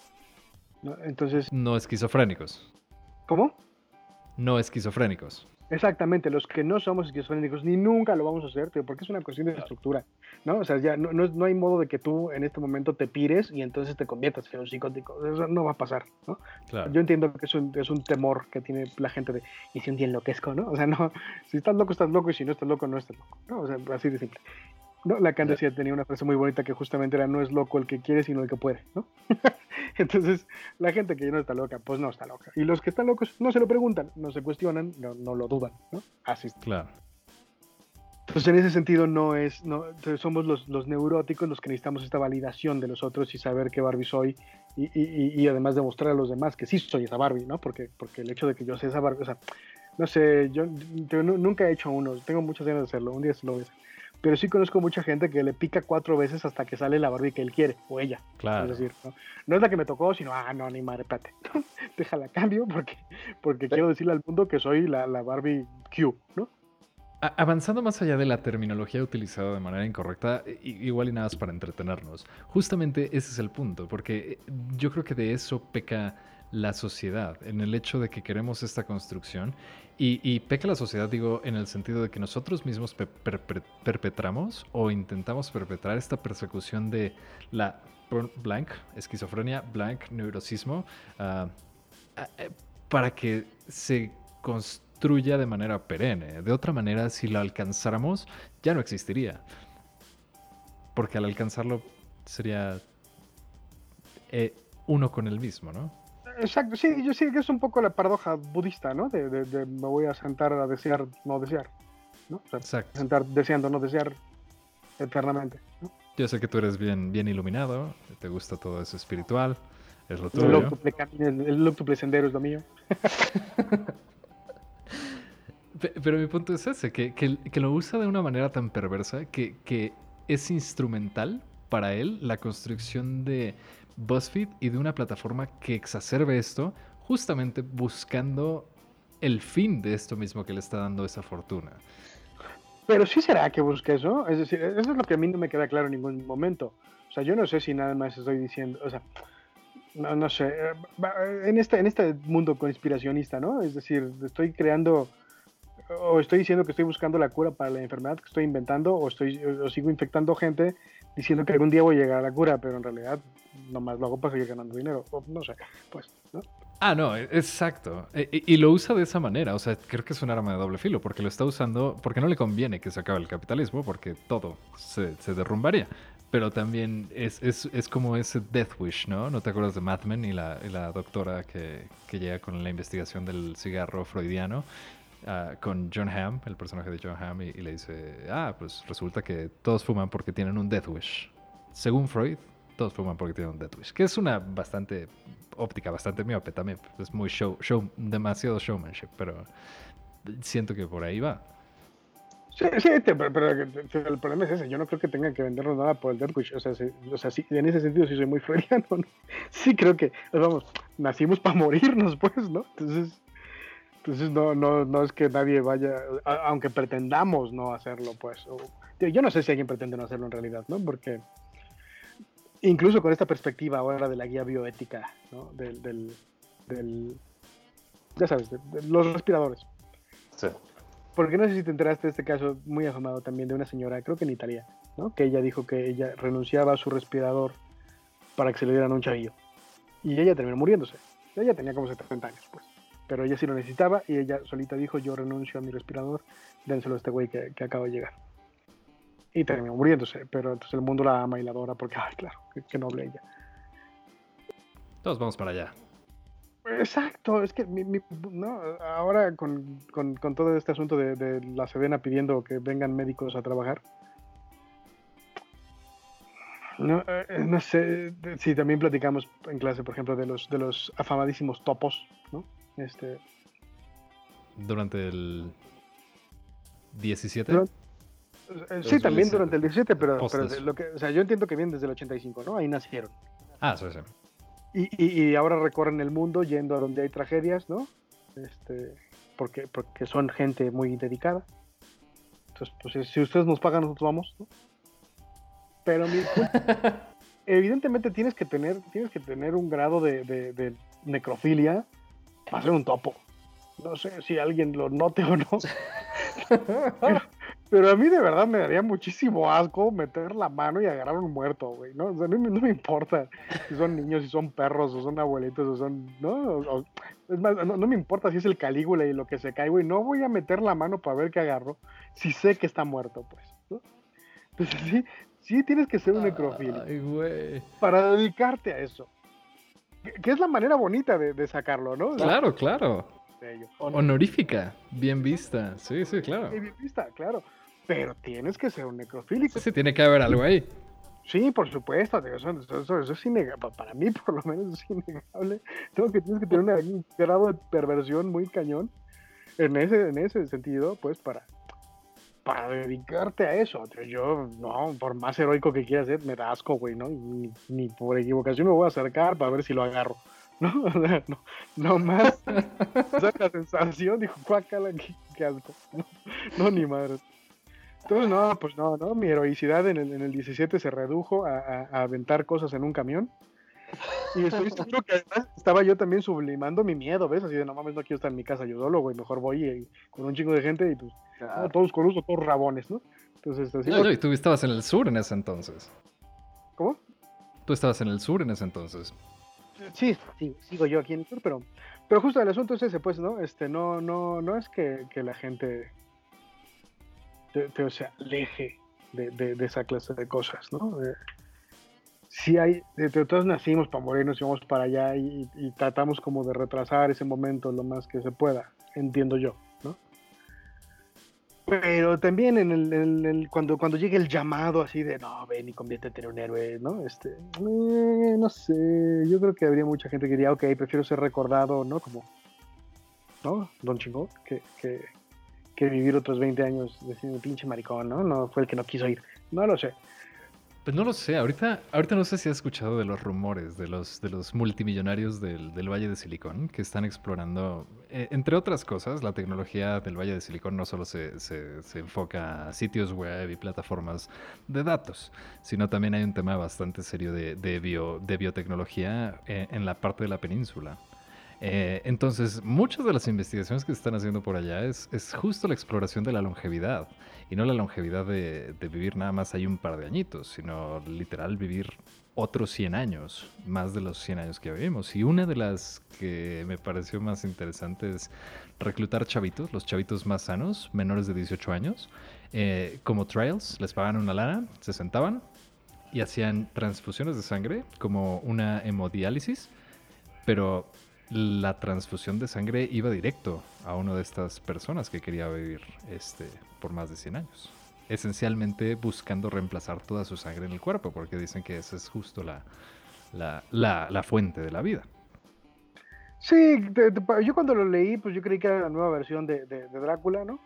¿no? Entonces... No esquizofrénicos. ¿Cómo? No esquizofrénicos. Exactamente, los que no somos esquizofrénicos ni nunca lo vamos a hacer, tío, porque es una cuestión de estructura, ¿no? O sea, ya no, no, no hay modo de que tú en este momento te pires y entonces te conviertas en un psicótico. Eso no va a pasar, ¿no? Claro. Yo entiendo que es un, es un temor que tiene la gente de, ¿y si un día enloquezco, no? O sea, no, si estás loco, estás loco, y si no estás loco, no estás loco, ¿no? O sea, así de simple. No, Lacan decía, tenía una frase muy bonita que justamente era, no es loco el que quiere, sino el que puede, ¿no? Entonces, la gente que no está loca, pues no está loca. Y los que están locos no se lo preguntan, no se cuestionan, no, no lo dudan, ¿no? Así es. Claro. Entonces, en ese sentido, no es, no, somos los, los neuróticos los que necesitamos esta validación de los otros y saber qué Barbie soy y, y, y además demostrar a los demás que sí soy esa Barbie, ¿no? Porque, porque el hecho de que yo sea esa Barbie, o sea, no sé, yo, yo nunca he hecho uno, tengo muchas ganas de hacerlo, un día se lo voy a hacer. Pero sí conozco mucha gente que le pica cuatro veces hasta que sale la Barbie que él quiere, o ella. Claro. Es decir, no, no es la que me tocó, sino, ah, no, ni madre, espérate. Déjala cambio porque, porque quiero decirle al mundo que soy la, la Barbie Q, ¿no? A- avanzando más allá de la terminología utilizada de manera incorrecta, i- igual y nada más para entretenernos. Justamente ese es el punto, porque yo creo que de eso peca la sociedad, en el hecho de que queremos esta construcción. Y, y peca la sociedad, digo, en el sentido de que nosotros mismos pe- per- per- perpetramos o intentamos perpetrar esta persecución de la blank, esquizofrenia, blank, neurosismo, uh, uh, para que se construya de manera perenne. De otra manera, si lo alcanzáramos, ya no existiría. Porque al alcanzarlo sería eh, uno con el mismo, ¿no? Exacto, sí, yo sí que es un poco la paradoja budista, ¿no? De, de, de me voy a sentar a desear, no desear, ¿no? O sea, Exacto. sentar deseando, no desear eternamente, ¿no? Yo sé que tú eres bien, bien iluminado, te gusta todo eso espiritual, es lo El tuyo. octuple camino, el, el octuple sendero es lo mío. Pe- Pero mi punto es ese, que, que, que lo usa de una manera tan perversa que, que es instrumental para él la construcción de BuzzFeed y de una plataforma que exacerbe esto, justamente buscando el fin de esto mismo que le está dando esa fortuna. Pero sí será que busque eso. Es decir, eso es lo que a mí no me queda claro en ningún momento. O sea, yo no sé si nada más estoy diciendo, o sea, no, no sé, eh, va- en este, en este mundo conspiracionista, ¿no? Es decir, estoy creando, o estoy diciendo que estoy buscando la cura para la enfermedad que estoy inventando, o estoy, o sigo infectando gente diciendo que algún día voy a llegar a la cura, pero en realidad nomás lo hago para seguir ganando dinero. O no sé, pues, ¿no? Ah, no, e- exacto. E- Y, y lo usa de esa manera. O sea, creo que es un arma de doble filo, porque lo está usando, porque no le conviene que se acabe el capitalismo, porque todo se, se derrumbaría. Pero también es, es, es como ese Death Wish, ¿no? ¿No te acuerdas de Mad Men y la, y la doctora que, que llega con la investigación del cigarro freudiano? Ah, con John Hamm, el personaje de John Hamm, y, y le dice, ah, pues resulta que todos fuman porque tienen un Death Wish. Según Freud, todos fuman porque tienen un Death Wish. Que es una bastante óptica, bastante miope también. Es muy show, show demasiado showmanship, pero siento que por ahí va. Sí, sí, te- pero, pero el problema es ese. Yo no creo que tengan que vendernos nada por el Death Wish. O sea, sí, o sea sí, en ese sentido sí soy muy freudiano, ¿no? Sí creo que, pues, vamos, nacimos para morirnos, pues, ¿no? Entonces, entonces no, no, no es que nadie vaya, a- aunque pretendamos no hacerlo, pues. o- tío, yo no sé si alguien pretende no hacerlo en realidad, ¿no? Porque incluso con esta perspectiva ahora de la guía bioética, ¿no? Del, del, del ya sabes, de, de los respiradores. Sí. Porque no sé si te enteraste de este caso muy afamado también de una señora, creo que en Italia, ¿no? Que ella dijo que ella renunciaba a su respirador para que se le dieran a un chavillo. Y ella terminó muriéndose. Ella tenía como setenta años, pues. Pero ella sí lo necesitaba y ella solita dijo, yo renuncio a mi respirador, dénselo a este güey que, que acaba de llegar. Y terminó muriéndose, pero entonces el mundo la ama y la adora porque, ay, claro, qué, qué noble ella. Todos vamos para allá. Exacto, es que mi, mi- no, ahora con, con, con todo este asunto de, de la Sedena pidiendo que vengan médicos a trabajar, no, eh, no sé si también platicamos en clase, por ejemplo, de los, de los afamadísimos topos, ¿no? Este, Durante el diecisiete. Durante- eh, sí, también diecisiete. durante el diecisiete, pero, pero Postes. de lo que, o sea, yo entiendo que vienen desde el ochenta y cinco, ¿no? Ahí nacieron. Ah, sí, sí. Y, y, y ahora recorren el mundo yendo a donde hay tragedias, ¿no? Este, porque, porque son gente muy dedicada. Entonces, pues si ustedes nos pagan, nosotros vamos, ¿no? Pero mi punto, evidentemente tienes que tener, tienes que tener un grado de, de, de necrofilia para ser un topo. No sé si alguien lo note o no. Pero, pero a mí de verdad me daría muchísimo asco meter la mano y agarrar un muerto, güey, ¿no? O sea, no, me- no me importa si son niños, si son perros, o son abuelitos, o son... ¿no? O- o- es más, no, no me importa si es el Calígula y lo que se cae, güey. No voy a meter la mano para ver qué agarro si sé que está muerto, pues, ¿no? Entonces sí, sí tienes que ser un necrofílico Ay, güey. para dedicarte a eso. Que, que es la manera bonita de, de sacarlo, ¿no? Claro, claro. De ello. Honorífica. Bien vista. Sí, sí, claro. Sí, bien vista, claro. Pero tienes que ser un necrofílico. Sí, tiene que haber algo ahí. Sí, por supuesto, tío, eso, eso- eso- eso es innegable. Para mí, por lo menos, es innegable. Tengo que, tienes que tener una- un grado de perversión muy cañón en ese, en ese sentido, pues, para, para dedicarte a eso. Tío. Yo, no, por más heroico que quiera ser, me da asco, güey, ¿no? Y Ni, ni por equivocación me voy a acercar para ver si lo agarro. ¿No? O sea, no, no más. O sea, la sensación, dijo, guácala, qué, qué asco. No, no, ni madre. Entonces, no, pues no, no, mi heroicidad en el, en el diecisiete se redujo a, a- a aventar cosas en un camión. Y estoy seguro que además estaba yo también sublimando mi miedo, ¿ves? Así de, no mames, no quiero estar en mi casa yo solo, güey, mejor voy y, con un chingo de gente y pues, no, todos con uso, todos rabones, ¿no? Entonces, así, No, y tú estabas en el sur en ese entonces. ¿cómo? Tú estabas en el sur en ese entonces. Sí, sí, sigo yo aquí en el sur, pero, pero justo el asunto es ese, pues, ¿no? Este, no, no, no es que, que la gente te, te, o sea, aleje de, de, de esa clase de cosas, ¿no? Eh, sí hay, de, de todos nacimos para morirnos y vamos para allá y, y tratamos como de retrasar ese momento lo más que se pueda, entiendo yo, ¿no? Pero también en el, en el- cuando, cuando llega el llamado así de no, ven y conviértete en un héroe, ¿no? Este, eh, no sé, yo creo que habría mucha gente que diría, ok, prefiero ser recordado, ¿no? Como, ¿no? Don Chingón, que, que, que vivir otros veinte años diciendo pinche maricón, ¿no? No fue el que no quiso ir. No lo sé. Pues no lo sé, ahorita, ahorita no sé si has escuchado de los rumores de los, de los multimillonarios del, del Valle de Silicón que están explorando, eh, entre otras cosas, la tecnología del Valle de Silicón no solo se, se, se enfoca a sitios web y plataformas de datos, sino también hay un tema bastante serio de, de, bio, de biotecnología eh, en la parte de la península. Eh, entonces, muchas de las investigaciones que se están haciendo por allá es, es justo la exploración de la longevidad. Y no la longevidad de, de vivir nada más ahí un par de añitos, sino literal vivir otros cien años, más de los cien años que vivimos. Y una de las que me pareció más interesante es reclutar chavitos, los chavitos más sanos, menores de dieciocho años, eh, como trials, les pagaban una lana, se sentaban y hacían transfusiones de sangre, como una hemodiálisis, pero la transfusión de sangre iba directo a una de estas personas que quería vivir este, por más de cien años. Esencialmente buscando reemplazar toda su sangre en el cuerpo, porque dicen que esa es justo la, la, la, la fuente de la vida. Sí, te- te- yo cuando lo leí, pues yo creí que era la nueva versión de, de, de Drácula, ¿no?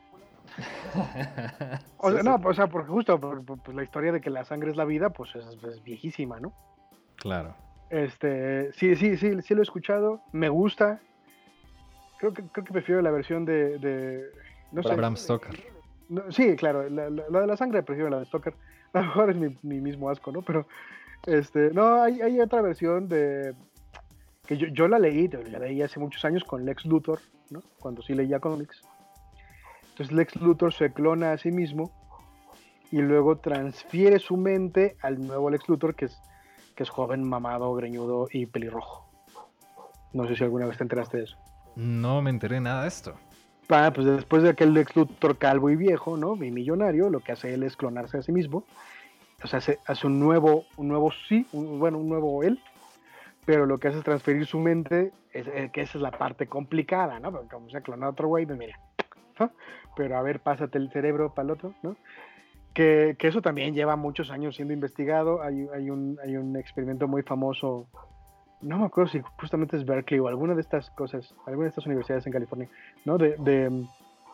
O sea, no, o sea, porque justo por, por- pues la historia de que la sangre es la vida, pues es, es viejísima, ¿no? Claro. Este, sí, sí, sí, sí lo he escuchado, me gusta. Creo que, creo que prefiero la versión de, de no sé. Bram Stoker. No, sí, claro, la, la- la de la sangre prefiero la de Stoker. A lo mejor es mi, mi mismo asco, ¿no? Pero, este, no, hay, hay otra versión de que yo, yo la leí, la leí hace muchos años con Lex Luthor, ¿no? Cuando sí leía cómics. Entonces Lex Luthor se clona a sí mismo y luego transfiere su mente al nuevo Lex Luthor, que es, que es joven, mamado, greñudo y pelirrojo. No sé si alguna vez te enteraste de eso. No me enteré nada de esto. Ah, pues después de aquel Lex Luthor calvo y viejo, ¿no? Y millonario, lo que hace él es clonarse a sí mismo. O sea, hace, hace un nuevo, un nuevo sí, un, bueno, un nuevo él, pero lo que hace es transferir su mente, es, es que esa es la parte complicada, ¿no? Porque como se ha clonado otro güey, pues mira, ¿no? Pero a ver, pásate el cerebro para el otro, ¿no? Que, que eso también lleva muchos años siendo investigado. Hay, hay, un, hay un experimento muy famoso, no me acuerdo si justamente es Berkeley o alguna de estas cosas, alguna de estas universidades en California, ¿no? De, de,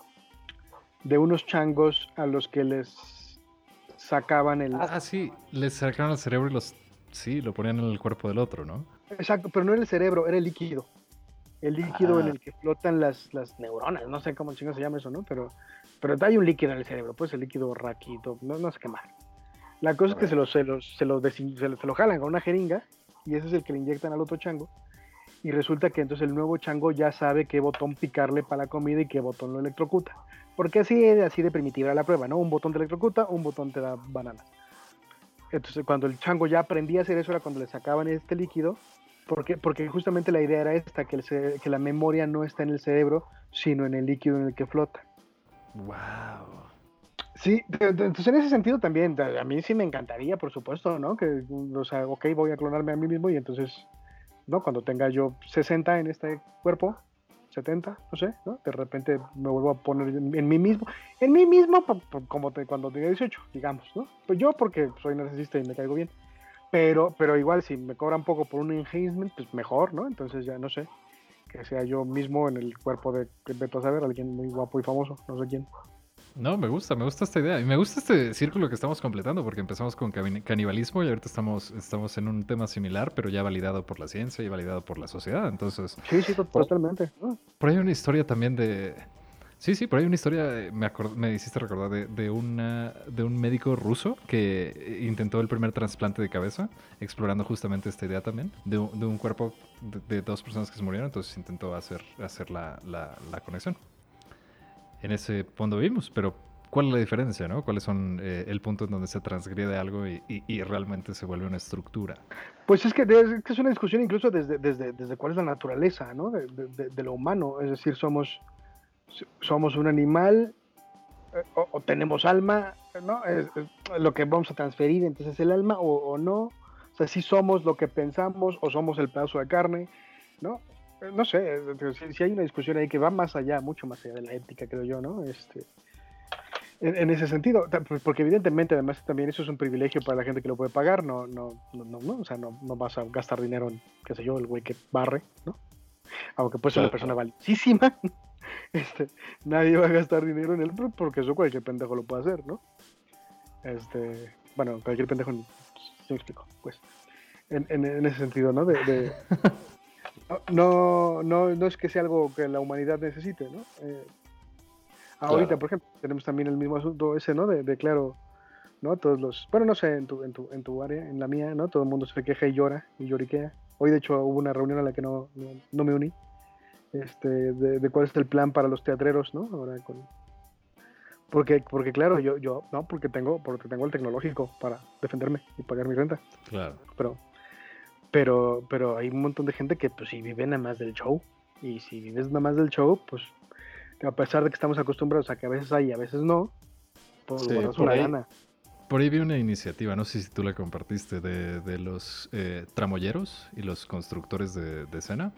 de unos changos a los que les sacaban el... Ah, sí, les sacaron el cerebro y los... Sí, lo ponían en el cuerpo del otro, ¿no? Exacto, pero no era el cerebro, era el líquido. El líquido Ah. en el que flotan las, las neuronas, no sé cómo chingados se llama eso, ¿no? Pero, pero hay un líquido en el cerebro, pues el líquido raquito, no, no sé qué más. La cosa es que se lo, se, lo, se, lo desin- se, lo, se lo jalan con una jeringa y ese es el que le inyectan al otro chango. Y resulta que entonces el nuevo chango ya sabe qué botón picarle para la comida y qué botón lo electrocuta. Porque así, así de primitiva era la prueba, ¿no? Un botón te electrocuta, un botón te da bananas. Entonces cuando el chango ya aprendía a hacer eso era cuando le sacaban este líquido, porque, porque justamente la idea era esta, que, el cere- que la memoria no está en el cerebro, sino en el líquido en el que flota. Wow. Sí, de- de- entonces en ese sentido también, a a mí sí me encantaría, por supuesto, ¿no? Que, o sea, ok, voy a clonarme a mí mismo y entonces, ¿no? Cuando tenga yo sesenta en este cuerpo, setenta, no sé, ¿no? De repente me vuelvo a poner en, en mí mismo, en mí mismo pa- pa- como te- cuando tenía dieciocho, digamos, ¿no? Pues yo porque soy narcisista y me caigo bien, pero, pero igual si me cobran poco por un enhancement, pues mejor, ¿no? Entonces ya no sé, que sea yo mismo en el cuerpo de, de a saber, alguien muy guapo y famoso, no sé quién. No, me gusta, me gusta esta idea. Y me gusta este círculo que estamos completando, porque empezamos con cani- canibalismo y ahorita estamos, estamos en un tema similar, pero ya validado por la ciencia y validado por la sociedad. Entonces, Sí, sí, to- totalmente. ¿no? por ahí hay una historia también de... Sí, sí, por ahí hay una historia, eh, me, acord- me hiciste recordar, de, de, una, de un médico ruso que eh, intentó el primer trasplante de cabeza, explorando justamente esta idea también, de, un- de un cuerpo de, de dos personas que se murieron, entonces intentó hacer, hacer la, la, la conexión. En ese punto vivimos, pero ¿cuál es la diferencia, no? ¿Cuáles son eh, el punto en donde se transgrede algo y, y, y realmente se vuelve una estructura? Pues es que, es que es una discusión incluso desde, desde, desde cuál es la naturaleza, ¿no? De, de- de- de lo humano. Es decir, somos, somos un animal eh, o, o tenemos alma, ¿no? Es, es lo que vamos a transferir, entonces el alma o, o no. O sea, si somos lo que pensamos o somos el pedazo de carne, ¿no? Eh, No sé, si, si hay una discusión ahí que va más allá, mucho más allá de la ética, creo yo, ¿no? Este, En, en ese sentido, ta- pues, porque evidentemente además también eso es un privilegio para la gente que lo puede pagar, no, no, no, no, no, o sea, no, no vas a gastar dinero en, qué sé yo, el güey que barre, ¿no? Aunque puede ser una persona valiosísima, este, nadie va a gastar dinero en él por- porque eso cualquier pendejo lo puede hacer, ¿no? Este, bueno, cualquier pendejo, sí me explico, pues, en, en, en ese sentido, ¿no? De, de- no, no, no es que sea algo que la humanidad necesite, ¿no? Eh, ahorita, Claro. por ejemplo, tenemos también el mismo asunto ese, ¿no? De, de claro, ¿no? Todos los, bueno, no sé, en tu, en tu, en tu área, en la mía, ¿no? Todo el mundo se queja y llora y lloriquea. Hoy, de hecho, hubo una reunión a la que no, no, no me uní, este, de, de cuál es el plan para los teatreros, ¿no? Ahora con, porque, porque claro, yo, yo, no, porque tengo, porque tengo el tecnológico para defenderme y pagar mi renta, Claro. pero, pero, pero hay un montón de gente que, pues, sí vive nada más del show, y si vives nada más del show, pues, a pesar de que estamos acostumbrados a que a veces hay y a veces no, pues, Sí, guardas por una ahí- lana. Por ahí vi una iniciativa, no sé si tú la compartiste, de, de los eh, tramoyeros y los constructores de, de escena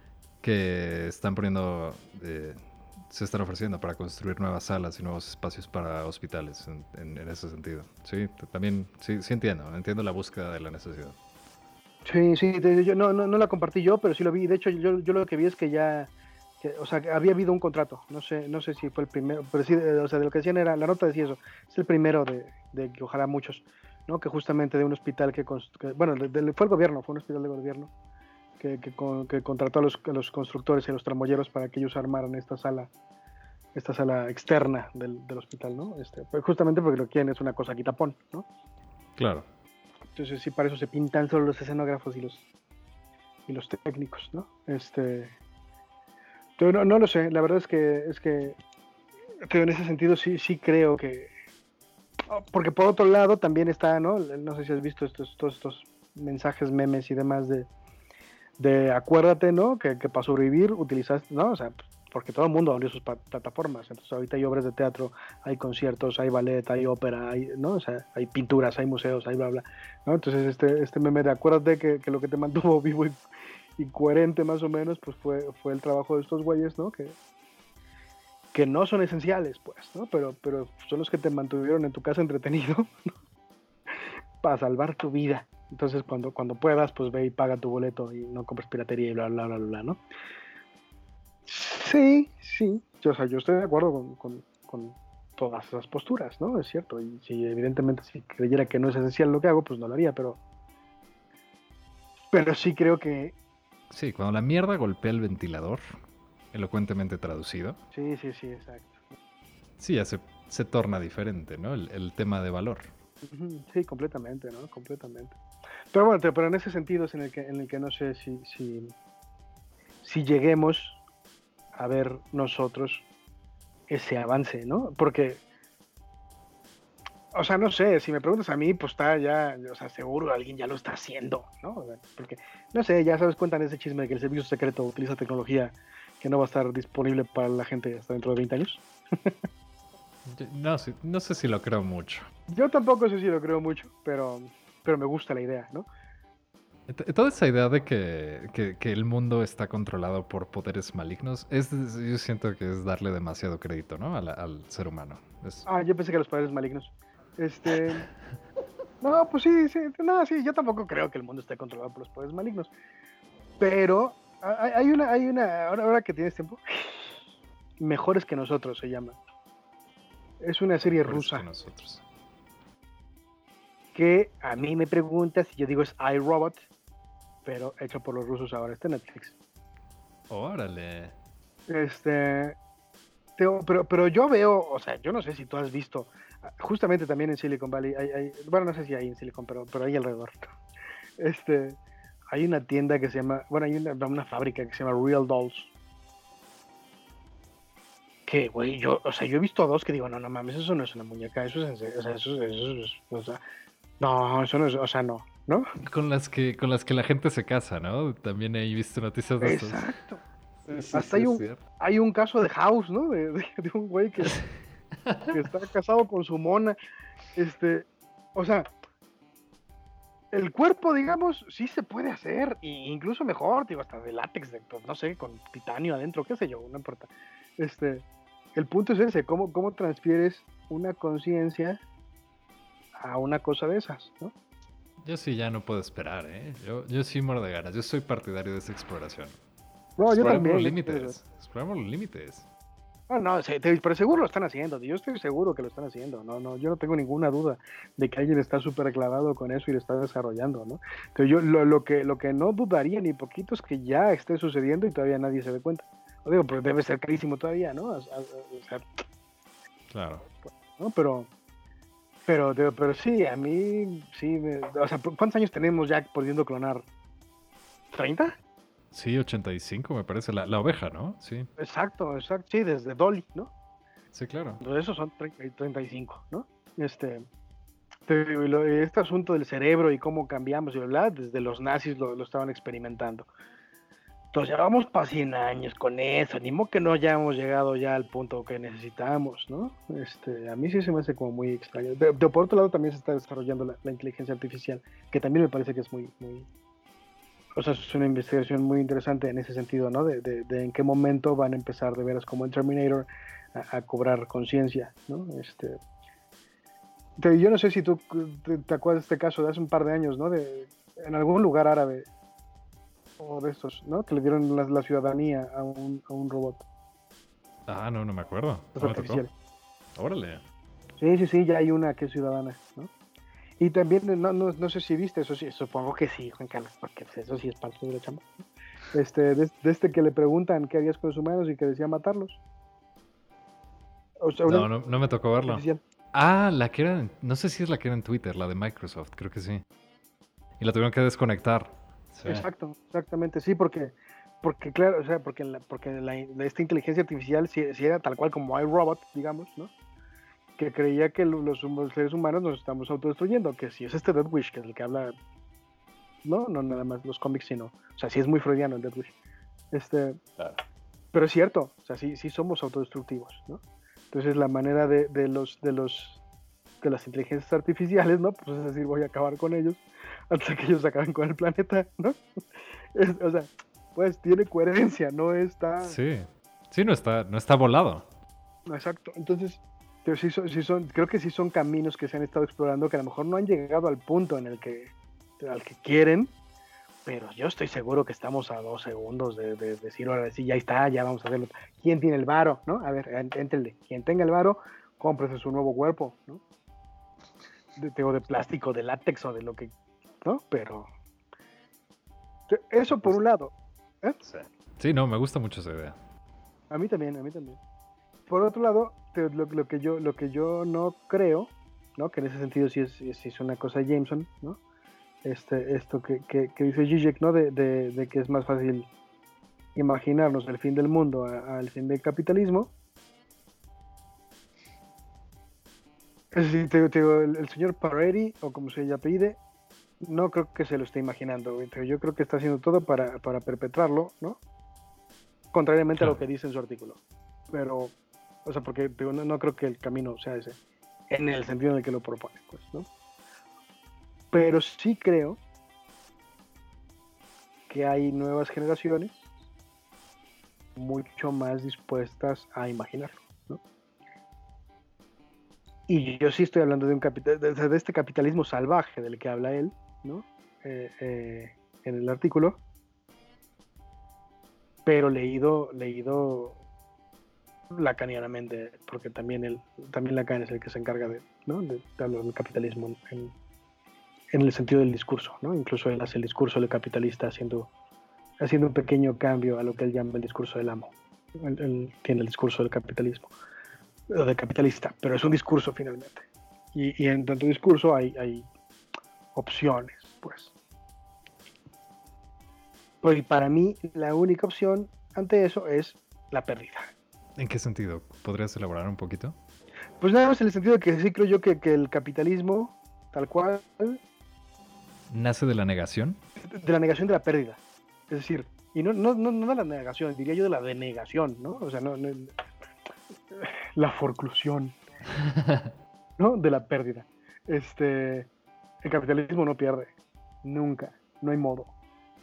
que están poniendo, eh, se están ofreciendo para construir nuevas salas y nuevos espacios para hospitales en, en- en ese sentido. Sí, t- también, sí, sí entiendo, entiendo la búsqueda de la necesidad. Sí, sí, te- yo no, no, no la compartí yo, pero sí lo vi. De hecho, yo, yo lo que vi es que ya, que, o sea, que había habido un contrato. No sé, no sé si fue el primero, pero sí, eh, o sea, de lo que decían era, la nota decía eso. Es el primero de, de que ojalá muchos, ¿no? Que justamente de un hospital que, cons- que- bueno, de- de- fue el gobierno, fue un hospital de gobierno que, que, con- que contrató a los, a los constructores y a los tramoyeros para que ellos armaran esta sala, esta sala externa del, del hospital, ¿no? Este, pues justamente porque lo que quieren es una cosa quitapón, ¿no? Claro. Entonces sí, para eso se pintan solo los escenógrafos y los y los técnicos, ¿no? Este, yo no, no lo sé, la verdad es que es que, que en ese sentido sí sí creo que, porque por otro lado también está, ¿no? No sé si has visto estos todos estos mensajes, memes y demás de de acuérdate, ¿no? Que, que para sobrevivir utilizaste, ¿no? O sea, porque todo el mundo abrió sus pa- plataformas. Entonces ahorita hay obras de teatro, hay conciertos, hay ballet, hay ópera, hay, ¿no? O sea, hay pinturas, hay museos, hay bla, bla, ¿no? Entonces este, este meme de acuérdate que, que lo que te mantuvo vivo y, y coherente más o menos, pues fue, fue el trabajo de estos güeyes, ¿no? Que, que no son esenciales, pues, ¿no? Pero, pero son los que te mantuvieron en tu casa entretenido, ¿no? Para salvar tu vida. Entonces cuando, cuando puedas, pues ve y paga tu boleto y no compres piratería y bla, bla, bla, bla, bla, ¿no? Sí, sí. Yo, o sea, yo estoy de acuerdo con, con, con todas esas posturas, ¿no? Es cierto. Y si evidentemente si creyera que no es esencial lo que hago, pues no lo haría, pero... Pero sí creo que... Sí, cuando la mierda golpea el ventilador, elocuentemente traducido, Sí, sí, sí, exacto. sí, ya se, se torna diferente, ¿no? El, el tema de valor. Ujú, sí, completamente, ¿no? Completamente. Pero bueno, te- pero en ese sentido es en el que, en el que no sé si, si, si lleguemos a ver nosotros ese avance, ¿no? Porque, o sea, no sé, si me preguntas a mí, pues está ya, o sea, seguro alguien ya lo está haciendo, ¿no? O sea, porque, no sé, ya sabes, cuentan ese chisme de que el servicio secreto utiliza tecnología que no va a estar disponible para la gente hasta dentro de veinte años. Yo- No, sé- no sé si lo creo mucho. Yo tampoco sé si lo creo mucho, pero, pero me gusta la idea, ¿no? T- Toda esa idea de que, que- que el mundo está controlado por poderes malignos, es, yo siento que es darle demasiado crédito, ¿no? A la- al ser humano. Es- Ah, yo pensé que los poderes malignos. Este. No, pues sí, sí. No, sí, yo tampoco creo que el mundo esté controlado por los poderes malignos. Pero hay, hay una, hay una. Ahora, ahora que tienes tiempo. Mejores que nosotros se llama. Es una serie mejores rusa que nosotros. que a mí me pregunta si yo digo es iRobot, pero hecho por los rusos ahora, está en Netflix. Órale. Este. Teo, pero, pero yo veo, o sea, yo no sé si tú has visto, justamente también en Silicon Valley, hay, hay, bueno, no sé si hay en Silicon, pero, pero ahí alrededor. Este, hay una tienda que se llama, bueno, hay una, una fábrica que se llama Real Dolls. Que, güey, yo, o sea, yo he visto dos que digo, no, no mames, eso no es una muñeca, eso es en serio, o sea, eso, eso es, o sea, no, eso no es, o sea, no, ¿no? Con las que, con las que la gente se casa, ¿no? También he visto noticias de estos. Exacto. Sí, sí, Hasta sí, hay un, es cierto. hay un caso de House, ¿no? De, de, de un güey que, que está casado con su mona. Este, o sea, el cuerpo, digamos, sí se puede hacer, e incluso mejor, digo, hasta de látex, de, pues, no sé, con titanio adentro, qué sé yo, no importa. Este, el punto es ese, cómo, cómo transfieres una conciencia a una cosa de esas, ¿no? Yo sí ya no puedo esperar, ¿eh? Yo, yo sí muero de ganas. Yo soy partidario de esa exploración. No, yo Exploremos también. los límites. Exploremos los límites. No, no, se- te- pero seguro lo están haciendo. Yo estoy seguro que lo están haciendo. No, no, yo no tengo ninguna duda de que alguien está súper clavado con eso y lo está desarrollando, ¿no? Pero yo lo, lo que lo que no dudaría ni poquito es que ya esté sucediendo y todavía nadie se dé cuenta. Lo digo, pero debe ser carísimo todavía, ¿no? O sea, o sea, Claro. ¿no? Pero, pero, pero, pero sí, a mí sí. Me- o sea, ¿cuántos años tenemos ya pudiendo clonar? ¿treinta? Sí, ochenta y cinco me parece. La, la oveja, ¿no? Sí. Exacto, exacto. Sí, desde Dolly, ¿no? Sí, claro. Entonces esos son treinta y treinta y cinco, ¿no? Este, te digo, y lo- este asunto del cerebro y cómo cambiamos y bla, bla, desde los nazis lo, lo estaban experimentando. Entonces ya vamos para cien años con eso, ni modo que no hayamos llegado ya al punto que necesitamos, ¿no? Este, a mí sí se me hace como muy extraño. De, de- por otro lado también se está desarrollando la, la inteligencia artificial, que también me parece que es muy, muy, o sea, es una investigación muy interesante en ese sentido, ¿no? De, de, de en qué momento van a empezar de veras como en Terminator a, a cobrar conciencia, ¿no? Este, te- yo no sé si tú te, te acuerdas de este caso de hace un par de años, ¿no? De, en algún lugar árabe o de estos, ¿no? Que le dieron la, la ciudadanía a un, a un robot Ah, no, no me acuerdo. No me tocó. artificial. Órale. Sí, sí, sí, ya hay una que es ciudadana, ¿no? Y también, no, no, no sé si viste, eso sí, supongo que sí, Juan Carlos, porque pues, eso sí es parte de la chamba. ¿No? Este, de, de este que le preguntan qué harías con los humanos y que decía matarlos. O sea, una No, no, no me tocó verlo. artificial. Ah, la que era en- no sé si es la que era en Twitter, la de Microsoft, creo que sí. Y la tuvieron que desconectar. Sí. Exacto, exactamente, sí, porque, porque claro, o sea, porque, la, porque la, la- esta inteligencia artificial si, si era tal cual como iRobot, digamos, ¿no? Que creía que lo- los, hum- los seres humanos nos estamos autodestruyendo, que si es este Death Wish, que es el que habla, no, no nada más los cómics, sino, o sea, sí es muy freudiano el Death Wish. Este, Claro. pero es cierto, o sea, sí, sí somos autodestructivos, ¿no? Entonces la manera de, de los, de los, de las inteligencias artificiales, ¿no? Pues es decir, voy a acabar con ellos hasta que ellos acaben con el planeta, ¿no? Es- o sea, pues tiene coherencia, no está... Sí. Sí, no está, no está volado. No, exacto. Entonces, pero sí son, sí son, creo que sí son caminos que se han estado explorando que a lo mejor no han llegado al punto en el que, al que quieren, pero yo estoy seguro que estamos a dos segundos de, de decir, ahora sí, ya está, ya vamos a hacerlo. ¿Quién tiene el varo? ¿No? A ver, en- éntrele. Quien tenga el varo, cómprese su nuevo cuerpo, ¿no? De, de- o de plástico, de látex o de lo que, ¿no? Pero eso por un lado. ¿eh? Sí. Sí, no, me gusta mucho esa idea. A mí también, a mí también. Por otro lado, te- lo, lo que yo, lo que yo no creo, ¿no? Que en ese sentido sí es, sí es una cosa de Jameson, ¿no? Este, esto que, que, que dice Zizek, ¿no? De, de, de que es más fácil imaginarnos el fin del mundo a- al fin del capitalismo. Es decir, te, te digo, el, el señor Parretti, o como se apellide, no creo que se lo esté imaginando, güey, pero yo creo que está haciendo todo para, para perpetrarlo, ¿no? Contrariamente a lo Claro. que dice en su artículo. Pero, o sea, porque digo, no, no creo que el camino sea ese, en el sentido en el que lo propone, pues, ¿no? Pero sí creo que hay nuevas generaciones mucho más dispuestas a imaginarlo, ¿no? Y yo sí estoy hablando de un capital, de, de este capitalismo salvaje del que habla él, ¿no? Eh, eh, en el artículo, pero leído, leído lacanianamente, porque también él, también Lacan es el que se encarga de, ¿no? de, de hablar del capitalismo en, en el sentido del discurso, ¿no? Incluso él hace el discurso del capitalista haciendo, haciendo un pequeño cambio a lo que él llama el discurso del amo. Él, él tiene el discurso del capitalismo, o del capitalista, pero es un discurso finalmente. Y, y en tanto discurso hay, hay opciones, pues. Pues para mí la única opción ante eso es la pérdida. ¿En qué sentido? ¿Podrías elaborar un poquito? Pues nada más en el sentido de que sí creo yo que, que el capitalismo, tal cual, ¿Nace de la negación? de la negación de la pérdida. Es decir, y no, no, no, no de la negación, diría yo de la denegación, ¿no? O sea, no, no la forclusión, ¿no? De la pérdida. Este, el capitalismo no pierde, nunca, no hay modo.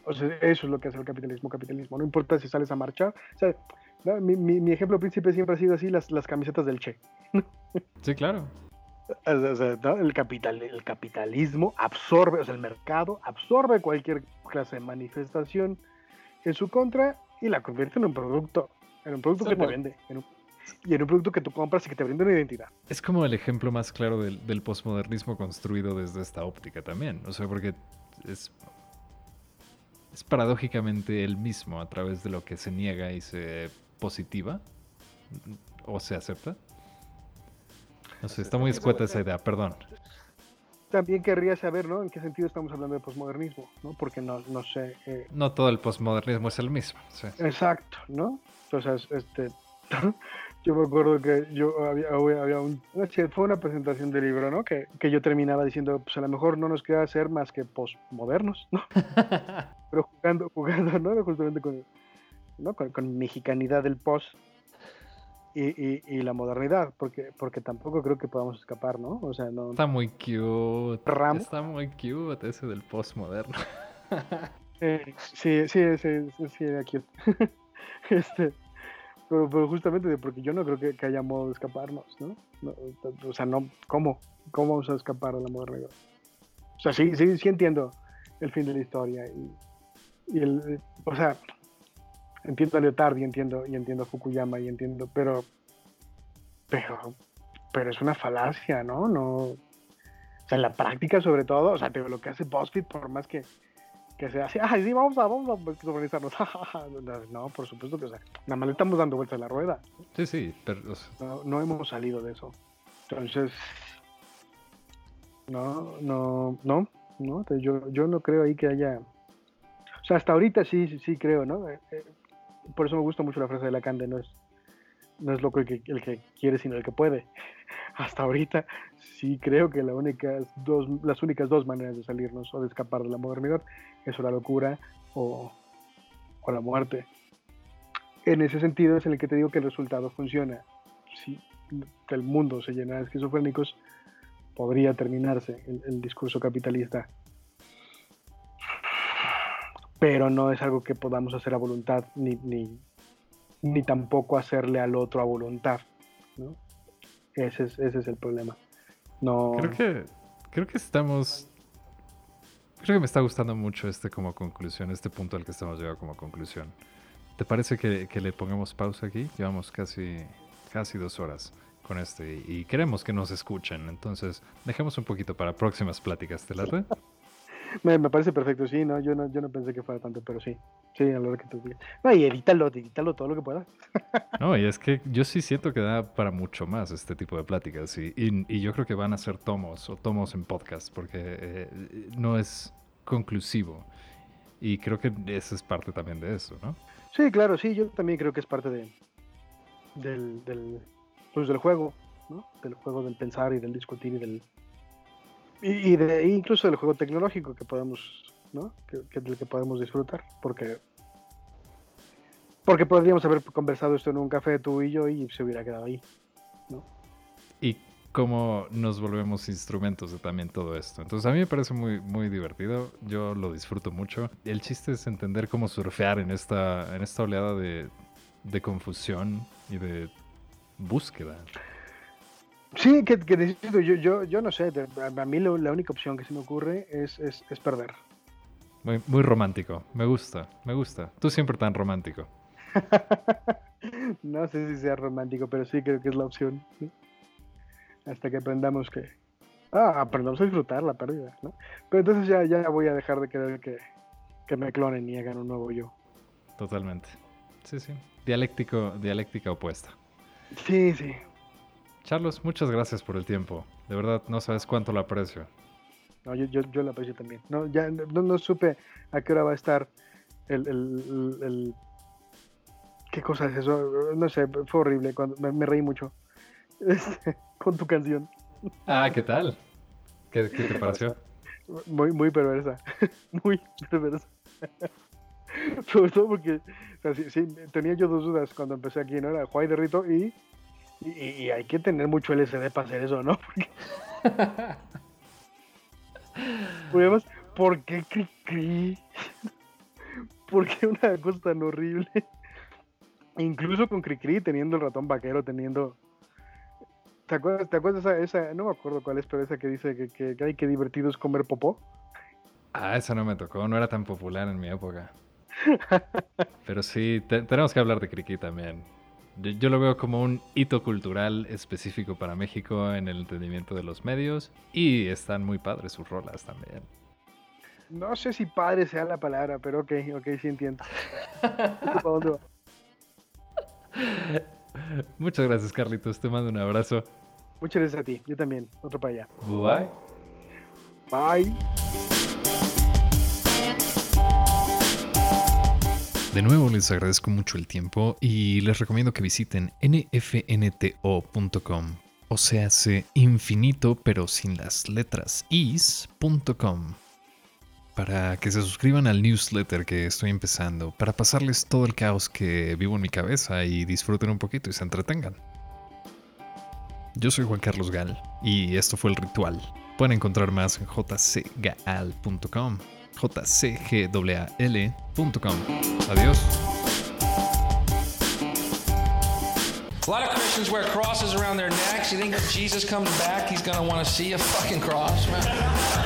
O sea, eso es lo que hace el capitalismo, capitalismo. No importa si sales a marchar. O sea, ¿no? mi, mi, mi ejemplo príncipe siempre ha sido así, las, las camisetas del Che. Sí, claro. O sea, ¿no? el, capital, el capitalismo absorbe, o sea, el mercado absorbe cualquier clase de manifestación en su contra y la convierte en un producto, en un producto que te vende, en un, y en un producto que tú compras y que te brinda una identidad. Es como el ejemplo más claro del, del posmodernismo construido desde esta óptica también. O sea, porque es, es paradójicamente el mismo a través de lo que se niega y se positiva o se acepta. No sé, está muy escueta esa idea, perdón. También querría saber, ¿no? En qué sentido estamos hablando de posmodernismo, ¿no? Porque no, no sé. Eh... No todo el posmodernismo es el mismo. Sí. Exacto, ¿no? Entonces, este, yo me acuerdo que yo había, había un, fue una presentación de libro, ¿no? Que, que yo terminaba diciendo, pues a lo mejor no nos queda hacer más que posmodernos, ¿no? Pero jugando, jugando, ¿no? Justamente con, ¿no? con, con mexicanidad del post. Y, y, y la modernidad, porque porque tampoco creo que podamos escapar, ¿no? O sea, no... Está muy cute. Ramo. Está muy cute ese del postmoderno. eh, sí, sí, sí, sí, sí, era cute. este, pero, pero justamente porque yo no creo que, que haya modo de escaparnos, ¿no? no o sea, no, ¿cómo? ¿Cómo vamos a escapar de la modernidad? O sea, sí, sí, sí entiendo el fin de la historia y, y el, o sea... Entiendo a Lyotard y entiendo, y entiendo a Fukuyama y entiendo, pero, pero, pero es una falacia, ¿no? No, o sea, en la práctica sobre todo, o sea, te, lo que hace BuzzFeed, por más que, que sea así, ay, sí, vamos a, vamos a organizarnos, no, por supuesto que, o sea, nada más le estamos dando vueltas a la rueda. Sí, sí, pero... O sea... no, no hemos salido de eso. Entonces, no, no, no, no, entonces yo, yo no creo ahí que haya, o sea, hasta ahorita sí, sí, sí creo, ¿no? Eh, eh, Por eso me gusta mucho la frase de Lacan de no es, no es loco el que, el que quiere, sino el que puede. Hasta ahorita sí creo que la única dos, las únicas dos maneras de salirnos o de escapar de la modernidad es o la locura o, o la muerte. En ese sentido es en el que te digo que el resultado funciona. Si el mundo se llena de esquizofrénicos, podría terminarse el, el discurso capitalista. Pero no es algo que podamos hacer a voluntad, ni, ni, ni tampoco hacerle al otro a voluntad, ¿no? Ese es, ese es el problema. No... Creo que, creo que estamos... Creo que me está gustando mucho este como conclusión, este punto al que estamos llegando como conclusión. ¿Te parece que, que le pongamos pausa aquí? Llevamos casi, casi dos horas con este y, y queremos que nos escuchen, entonces dejemos un poquito para próximas pláticas, ¿te late? Me, me parece perfecto, sí, no, yo no, yo no pensé que fuera tanto, pero sí, sí, a la hora que tú digas. No, y edítalo, edítalo todo lo que puedas. No, y es que yo sí siento que da para mucho más este tipo de pláticas, y, y, y yo creo que van a ser tomos o tomos en podcast, porque eh, no es conclusivo, y creo que eso es parte también de eso, ¿no? Sí, claro, sí, yo también creo que es parte de del, del, pues del juego, ¿no? Del juego del pensar y del discutir y del... Y, y de, incluso del juego tecnológico que podemos, ¿no? Que, que, del que podemos disfrutar, porque porque podríamos haber conversado esto en un café tú y yo y se hubiera quedado ahí, ¿no? Y cómo nos volvemos instrumentos de también todo esto. Entonces a mí me parece muy, muy divertido, yo lo disfruto mucho. El chiste es entender cómo surfear en esta, en esta oleada de, de confusión y de búsqueda. Sí, que, que necesito, yo, yo, yo no sé, a, a mí lo, la única opción que se me ocurre es, es, es perder. Muy, muy romántico, me gusta, me gusta. Tú siempre tan romántico. No sé si sea romántico, pero sí creo que es la opción, ¿sí? Hasta que aprendamos que... Ah, aprendamos a disfrutar la pérdida, ¿no? Pero entonces ya, ya voy a dejar de querer que, que me clonen y hagan un nuevo yo. Totalmente. Sí, sí. Dialéctico, dialéctica opuesta. Sí, sí. Carlos, muchas gracias por el tiempo. De verdad, no sabes cuánto lo aprecio. No, yo, yo, yo lo aprecio también. No, ya no, no supe a qué hora va a estar el, el, el, el... ¿Qué cosa es eso? No sé, fue horrible. Cuando me, me reí mucho este, con tu canción. Ah, ¿qué tal? ¿Qué, qué te pareció? Muy, muy perversa. Muy perversa. Sobre todo porque o sea, sí, sí, tenía yo dos dudas cuando empecé aquí, ¿no? Era Juay de Rito y, y, y hay que tener mucho L S D para hacer eso, ¿no? Porque... Además, ¿por qué cri cri? ¿Por qué una cosa tan horrible? Incluso con Cricri teniendo el ratón vaquero, teniendo... ¿Te acuerdas, ¿te acuerdas esa, esa? No me acuerdo cuál es, pero esa que dice que, que, que ay, qué divertido es comer popó. Ah, esa no me tocó, no era tan popular en mi época. Pero sí, te- tenemos que hablar de Cricri también. Yo, yo lo veo como un hito cultural específico para México en el entendimiento de los medios. Y están muy padres sus rolas también. No sé si padre sea la palabra, pero ok, ok, sí entiendo. ¿Para dónde va? Muchas gracias, Carlitos. Te mando un abrazo. Muchas gracias a ti, yo también. Otro para allá. Bye. Bye. De nuevo les agradezco mucho el tiempo y les recomiendo que visiten n f n t o punto com, o sea, se infinito pero sin las letras is punto com, para que se suscriban al newsletter que estoy empezando, para pasarles todo el caos que vivo en mi cabeza y disfruten un poquito y se entretengan. Yo soy Juan Carlos Gal y esto fue El Ritual. Pueden encontrar más en j c gaal punto com. j c g a l punto com. Adiós. A lot of Christians wear crosses around their necks. You think Jesus comes back, he's gonna want to see a fucking cross, man?